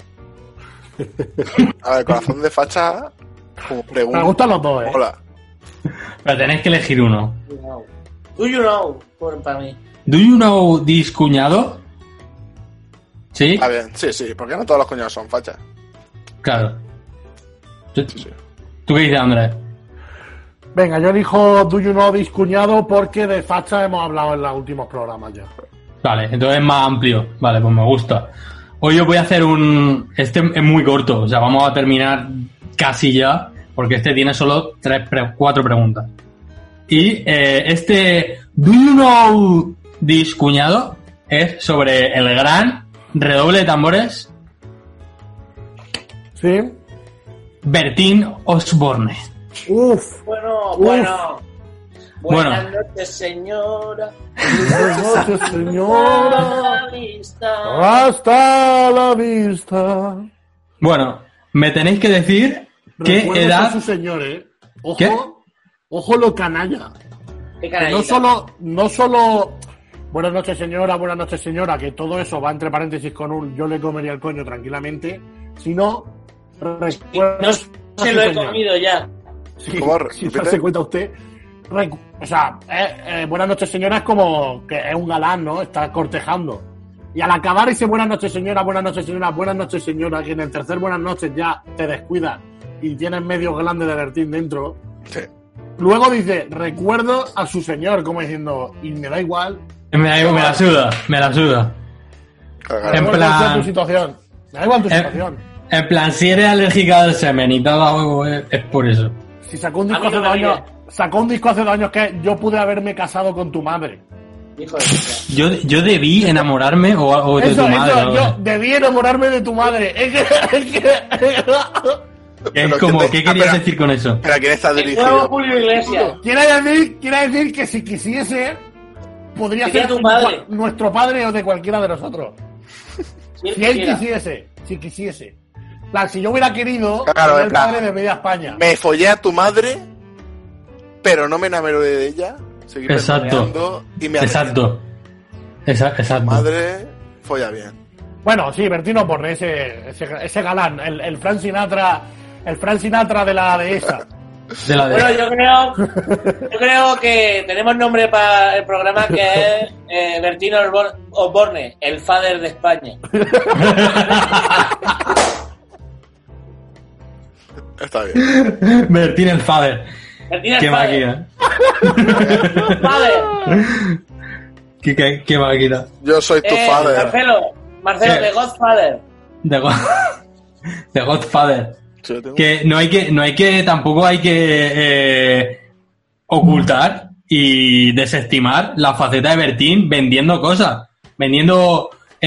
A ver, corazón de facha, como pregunta. Me gustan los dos, Hola. Pero tenéis que elegir uno. Do you know? Para mí. Do You Know Discuñado. ¿Sí? Está bien, sí, porque no todos los cuñados son fachas. Claro. Sí, sí. ¿Tú qué dices, Andrés? Venga, yo elijo Do You Know Discuñado porque de facha hemos hablado en los últimos programas ya. Vale, entonces es más amplio. Vale, pues me gusta. Hoy yo voy a hacer Este es muy corto, o sea, vamos a terminar casi ya, porque este tiene solo 4 preguntas. Y este Do You Know Discuñado es sobre el gran redoble de tambores ¿Sí? Bertín Osborne. Uf. Bueno. Bueno. Buenas noches, señora. Buenas noches, señora. Hasta la vista. Hasta la vista. Bueno, me tenéis que decir qué Recuerdo edad... a su señor, Ojo, ¿Qué? ojo lo canalla. Qué Que canallita. no solo buenas noches señora, que todo eso va entre paréntesis con un yo le comería el coño tranquilamente, sino recuerdo No a se su lo he señor. comido ya. Sí, ¿Cómo? si ¿Repite? se cuenta usted. O sea, buenas noches señora es como que es un galán, ¿no? Está cortejando. Y al acabar ese buenas noches señora, que en el tercer buenas noches ya te descuidas y tienes medio glande de Bertín dentro. Sí. Luego dice, recuerdo a su señor, como diciendo, y me da igual. Me la suda. Me da En igual plan- cuál sea tu situación. Me da igual tu En- situación. En plan, si eres alérgica al semen y todo, es por eso. Si sacó un disco A mí no me hace 2 años, que yo pude haberme casado con tu madre. Hijo de puta. Yo debí enamorarme o de tu madre. ¿no? yo debí enamorarme de tu madre. Es como, ¿qué querías Espera. decir con eso? ¿Pero a quién está El nuevo dirigido? Julio Iglesias. quiere decir que si quisiese, podría Sería ser tu padre. nuestro padre o de cualquiera de nosotros. Si él Si él quisiera. quisiese. Claro, si yo hubiera querido, Claro, sería en el plan, padre de media España. Me follé a tu madre, pero no me enamoré de ella. Seguí Exacto. perdonando y me arrepiento. Exacto. Madre, folla bien. Bueno, sí, Bertín Osborne, ese galán, el Frank Sinatra de la dehesa. De la de... Bueno, yo creo que tenemos nombre para el programa que es Bertín Osborne, el father de España. Está bien. Bertín el father. Bertín el Qué father. máquina. Father. Qué máquina. Yo soy tu father. Marcelo, ¿Qué? de Godfather. De Godfather. Sí, tengo- Que tampoco hay que ocultar y desestimar la faceta de Bertín vendiendo cosas, vendiendo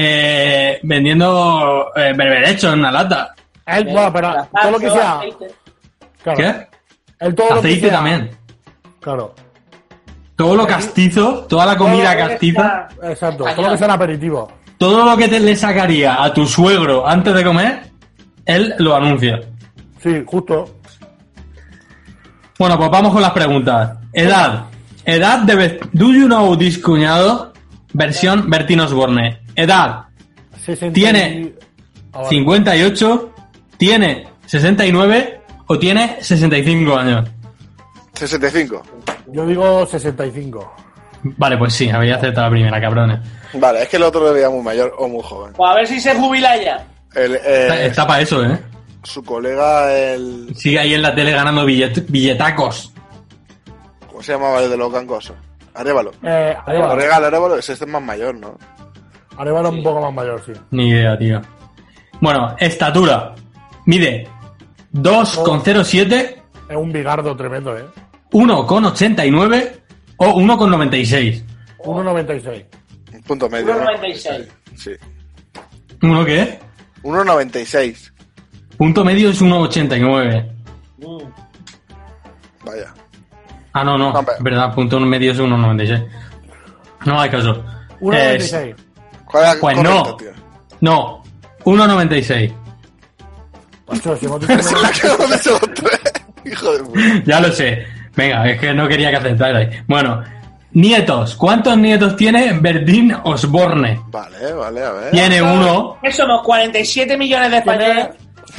berberechos en una lata. Bueno, pero todo lo que sea. Claro, ¿Qué? él todo lo que Aceite sea- también. Claro, Todo lo castizo, toda la comida Todo lo que castiza, sea- exacto. Todo lo que sea aperitivo. todo lo que le sacaría a tu suegro antes de comer, él lo anuncia. Sí, justo. Bueno, pues vamos con las preguntas. Edad de Do You Know This, cuñado? Versión Bertín Osborne. Edad. 60 Tiene Ah, vale. 58, tiene 69 o tiene 65 años. 65. Yo digo 65. Vale, pues sí, había acertado la primera, cabrones. Vale, es que el otro lo veía muy mayor o muy joven. Pues a ver si se jubila ya. Está para eso, ¿eh? Su colega, el... Sigue ahí en la tele ganando billetacos. ¿Cómo se llamaba el de los gangosos? Arévalo. Arevalo. Arévalo, ese es más mayor, ¿no? Arevalo un poco más mayor, sí. Ni idea, tío. Bueno, estatura. Mide 2,07, Es un bigardo tremendo, 1,89 o 1,96. 1,96. Un punto medio. ¿no? 1,96. Sí. ¿Uno qué? 1,96. Punto medio es 1,89. Vaya. Ah, no, Hombre. verdad, punto medio es 1,96. No hay caso. 1,96. ¿Cuál era el Pues correcto, no. tío? No, 1,96. Macho, si hemos dicho Es la que hemos dicho los tres. Hijo de puta. Ya lo sé. Venga, es que no quería que aceptarais. Bueno, nietos. ¿Cuántos nietos tiene Bertín Osborne? Vale, a ver. Tiene uno. ¿Qué somos? 47 millones de españoles.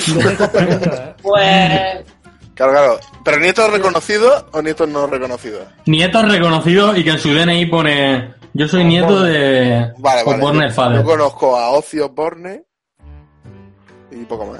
Pues. Claro. ¿Pero nietos reconocidos o nietos no reconocidos? Nietos reconocidos y que en su DNI pone... Yo soy nieto de Vale. Osborne el Yo Father. conozco a Ozzy Osborne y poco más.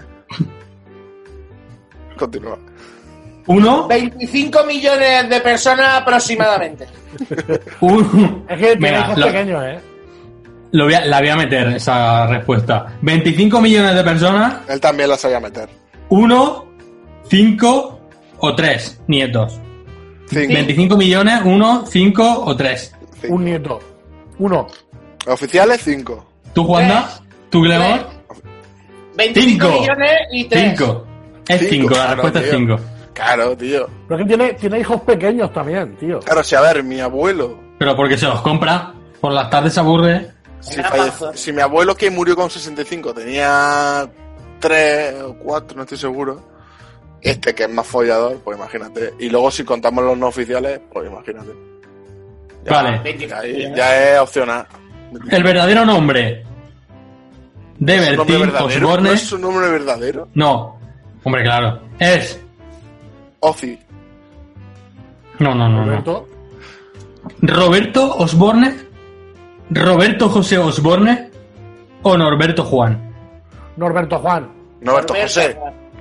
Continúa. Uno. 25 millones de personas aproximadamente. Es que tiene Venga, hijos pequeños, la voy a meter esa respuesta. 25 millones de personas, Él también la sabía meter. 1, 5 o 3 nietos. 5. 25 millones, 1, 5 o 3. Un nieto. Uno. Oficiales, 5. ¿Tú, Juanda? ¿Tú, Clemón? 25 Cinco. millones y 3. 5. Es 5, la Claro, respuesta es tío. 5. Claro, tío. Pero es que tiene hijos pequeños también, tío. Claro, si a ver, mi abuelo. Pero porque se los compra, por las tardes se aburre. Si mi abuelo que murió con 65 tenía 3 o 4, no estoy seguro. Este que es más follador, pues imagínate. Y luego si contamos los no oficiales, pues imagínate. Vale. Ya es opcional. El verdadero nombre de ¿Es su nombre Bertín verdadero? Osborne... ¿No es su nombre verdadero? No. Hombre, claro. Es... Ozzy. No. Roberto. Roberto Osborne, Roberto José Osborne o Norberto Juan. Norberto Juan. Norberto José.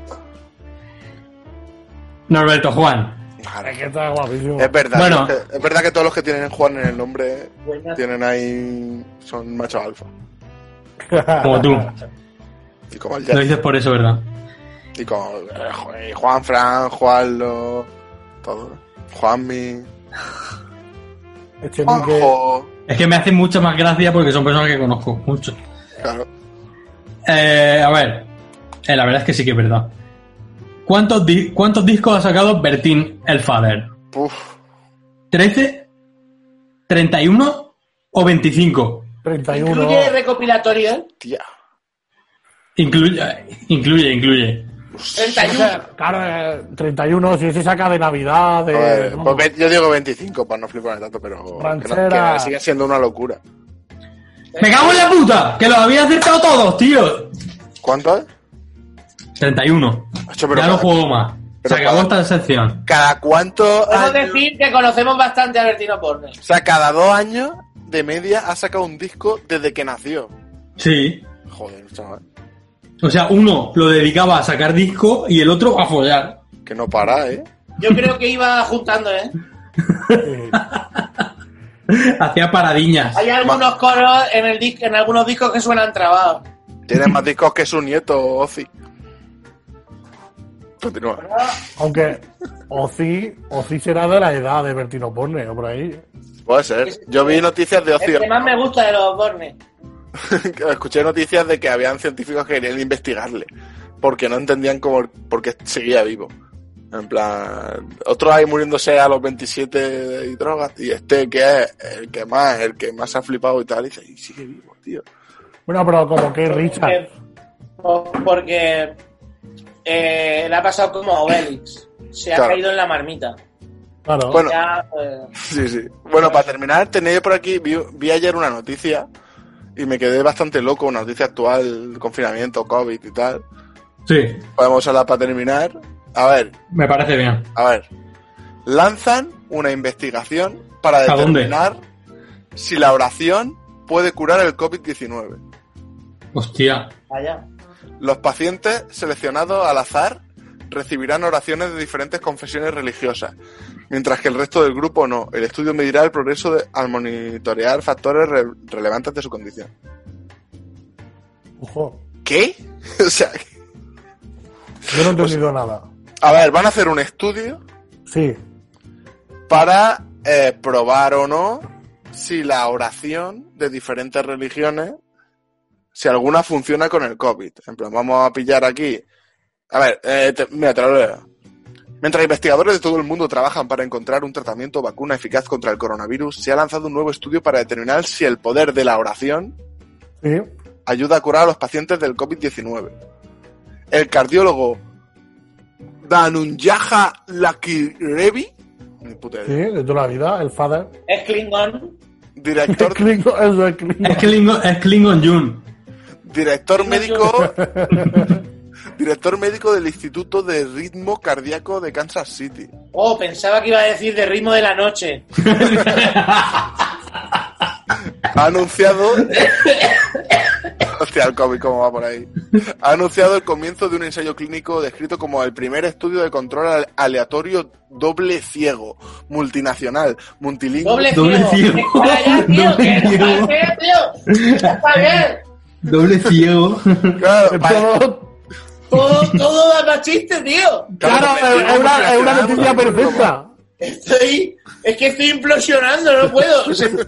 Norberto Juan. Claro. Es que está guapísimo. Es verdad. Bueno. Es verdad que todos los que tienen Juan en el nombre Buena. tienen ahí. Son machos alfa. Como tú. Y como el Lo Jeff. dices por eso, ¿verdad? Y como Juan Fran, Juanlo. Todo. Juanmi. Este Mique. Juanjo. Es que me hacen mucha más gracia porque son personas que conozco mucho. Claro. A ver. La verdad es que sí que es verdad. ¿Cuántos discos ha sacado Bertín el Father? Uf. ¿13? ¿31 o 25? 31. ¿Incluye recopilatorio? Tía. Incluye. 31. Claro, 31, si se saca de Navidad, de... Joder, pues yo digo 25 para no flipar tanto, pero Ranchera. que sigue siendo una locura. ¡Me cago en la puta! ¡Que los había acertado todos, tío! ¿Cuánto es? 31. Macho, pero Ya no cada- juego más. Se pero acabó cada- esta sección. ¿Cada cuánto Podemos años? decir que conocemos bastante a Bertino Porne. O sea, cada 2 años de media ha sacado un disco desde que nació. Sí. Joder, chaval. O sea, uno lo dedicaba a sacar disco y el otro a follar. Que no para, ¿eh? Yo creo que iba juntando, ¿eh? Hacía paradiñas. Hay algunos coros en algunos discos que suenan trabados. Tiene más discos que su nieto, Ozzy. Continúa. Aunque Ozzy será de la edad de Bertino Porne, o por ahí. Puede ser. Yo vi noticias de Ozzy. El que más me gusta de los Borne. Escuché noticias de que habían científicos que querían investigarle. Porque no entendían por qué seguía vivo. En plan, otros ahí muriéndose a los 27 de drogas. Y este que es el que más se ha flipado y tal. Y dice, y sigue vivo, tío. Bueno, pero como que Richard. Porque le ha pasado como a Obelix. se ha Claro. caído en la marmita. Claro. Bueno, Ya, sí. Bueno, para terminar, tenía por aquí, vi ayer una noticia y me quedé bastante loco, una noticia actual, confinamiento, COVID y tal. Sí, Podemos usarla para terminar. me parece bien. A ver. Lanzan una investigación para ¿A dónde? determinar si la oración puede curar el COVID-19. Hostia. vaya. Los pacientes seleccionados al azar recibirán oraciones de diferentes confesiones religiosas, mientras que el resto del grupo no. El estudio medirá el progreso al monitorear factores relevantes de su condición. Ojo. ¿Qué? O sea, Yo no he entendido nada. a ver, van a hacer un estudio Sí. para probar o no si la oración de diferentes religiones, si alguna funciona con el COVID. En plan, vamos a pillar aquí. A ver, mira, te lo leo. Mientras investigadores de todo el mundo trabajan para encontrar un tratamiento o vacuna eficaz contra el coronavirus, se ha lanzado un nuevo estudio para determinar si el poder de la oración Sí. ayuda a curar a los pacientes del COVID-19. El cardiólogo Danunyaja Lakirevi, ni puta Sí, idea, de toda la vida, el father. Es Klingon. director, Eso es Klingon. Es Klingon Jun. director médico director médico del Instituto de Ritmo Cardíaco de Kansas City. Oh, pensaba que iba a decir de ritmo de la noche. Ha anunciado hostia, el COVID cómo va por ahí. Ha anunciado el comienzo de un ensayo clínico descrito como el primer estudio de control aleatorio doble ciego, multinacional, multilingüe. Doble ciego. Doble ciego. Para allá, tío. Doble Que está ciego. bien, tío. Está bien. Doble ciego. Claro, Todo da para chiste, tío. Claro, es una noticia perfecta. Es que estoy implosionando, no puedo.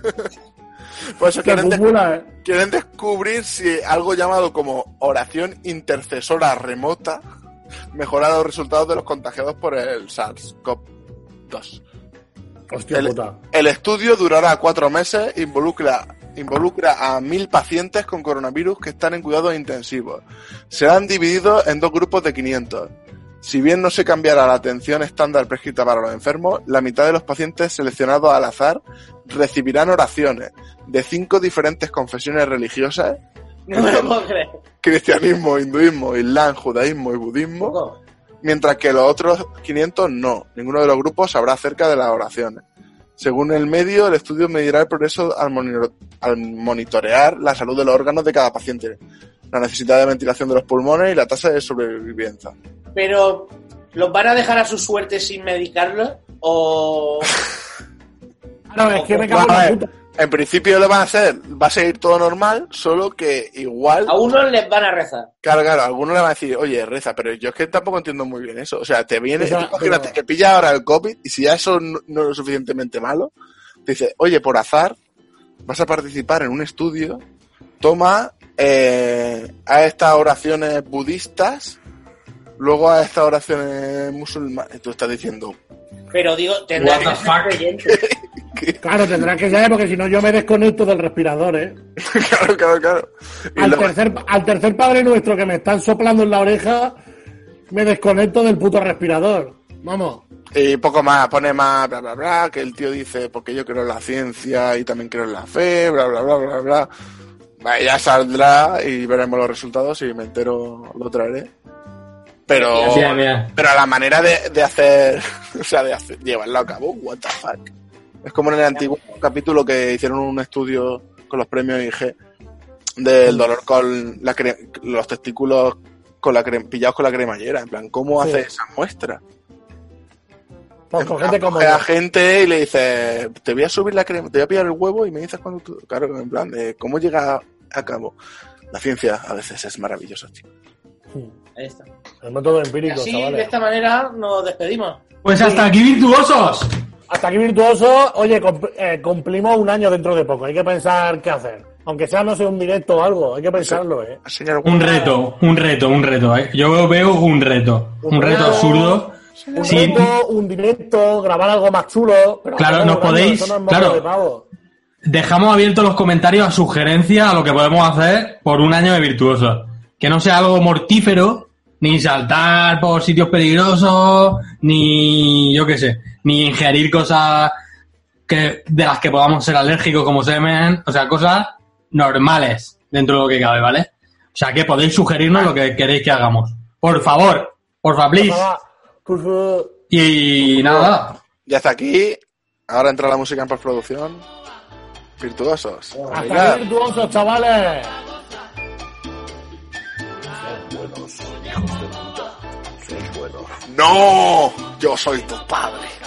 Por eso Qué cúpula, quieren descubrir si algo llamado como oración intercesora remota mejora los resultados de los contagiados por el SARS-CoV-2. Hostia puta. El estudio durará 4 meses, involucra a 1.000 pacientes con coronavirus que están en cuidados intensivos. Serán divididos en 2 grupos de 500. Si bien no se cambiará la atención estándar prescrita para los enfermos, la mitad de los pacientes seleccionados al azar recibirán oraciones de 5 diferentes confesiones religiosas: No me lo puedo creer. cristianismo, hinduismo, islam, judaísmo y budismo, mientras que los otros 500 no. Ninguno de los grupos sabrá acerca de las oraciones. Según el medio, el estudio medirá el progreso al monitorear la salud de los órganos de cada paciente, la necesidad de ventilación de los pulmones y la tasa de sobrevivencia. Pero, ¿los van a dejar a su suerte sin medicarlos? ¿O...? Claro, es que me cago en A la ver, puta. en principio lo van a hacer, va a seguir todo normal, solo que igual... A unos les van a rezar. Claro, algunos le van a decir, oye, reza, pero yo es que tampoco entiendo muy bien eso. O sea, te viene, O sea, tú imagínate pero- que pilla ahora el COVID y si ya eso no es lo suficientemente malo, te dice, oye, por azar, vas a participar en un estudio, toma a estas oraciones budistas, luego a estas oraciones musulmanas. Y tú estás diciendo, Pero digo, tendrán What que the ser fuck? creyentes. Claro, tendrás que ser, porque si no yo me desconecto del respirador, ¿eh? claro. Y Al tercer Padre Nuestro que me están soplando en la oreja, me desconecto del puto respirador. Vamos. Y poco más, pone más, bla, bla, bla, que el tío dice, porque yo creo en la ciencia y también creo en la fe, bla, bla, bla, bla, bla. Vale, ya saldrá y veremos los resultados, si me entero lo traeré. Pero, Bien, bien. pero la manera de hacer, o sea, llevarlo a cabo, what the fuck. Es como en el antiguo capítulo que hicieron un estudio con los premios IG del dolor con los testículos con pillados con la cremallera. En plan, ¿cómo Sí. hace esa muestra? Pues con gente como Coge a yo. gente y le dice, te voy a subir la crema, te voy a pillar el huevo y me dices cuando tú... Claro, en plan, de cómo llega a cabo. La ciencia a veces es maravillosa, tío. Ahí está. El método empírico, Así, chavales. de esta manera, nos despedimos. Pues hasta aquí, virtuosos. Hasta aquí virtuoso. Oye, cumplimos un año dentro de poco. Hay que pensar qué hacer. Aunque sea, no sé, un directo o algo. Hay que pensarlo, ¿eh? Señor, Un reto, ¿eh? Yo veo un reto. Un reto absurdo. Un Sí. reto, un directo, grabar algo más chulo. Pero Claro, joder, nos coño, podéis- eso no es moco claro. de pavo. Dejamos abiertos los comentarios a sugerencias a lo que podemos hacer por un año de virtuosos. Que no sea algo mortífero, Ni saltar por sitios peligrosos, ni yo qué sé, ni ingerir cosas de las que podamos ser alérgicos como semen, o sea, cosas normales dentro de lo que cabe, ¿vale? O sea, que podéis sugerirnos lo que queréis que hagamos. Por favor, please. Por favor. Y nada, Y hasta aquí. Ahora entra la música en postproducción. Virtuosos. Hasta aquí, virtuosos, chavales. ¡No! Yo soy tu padre.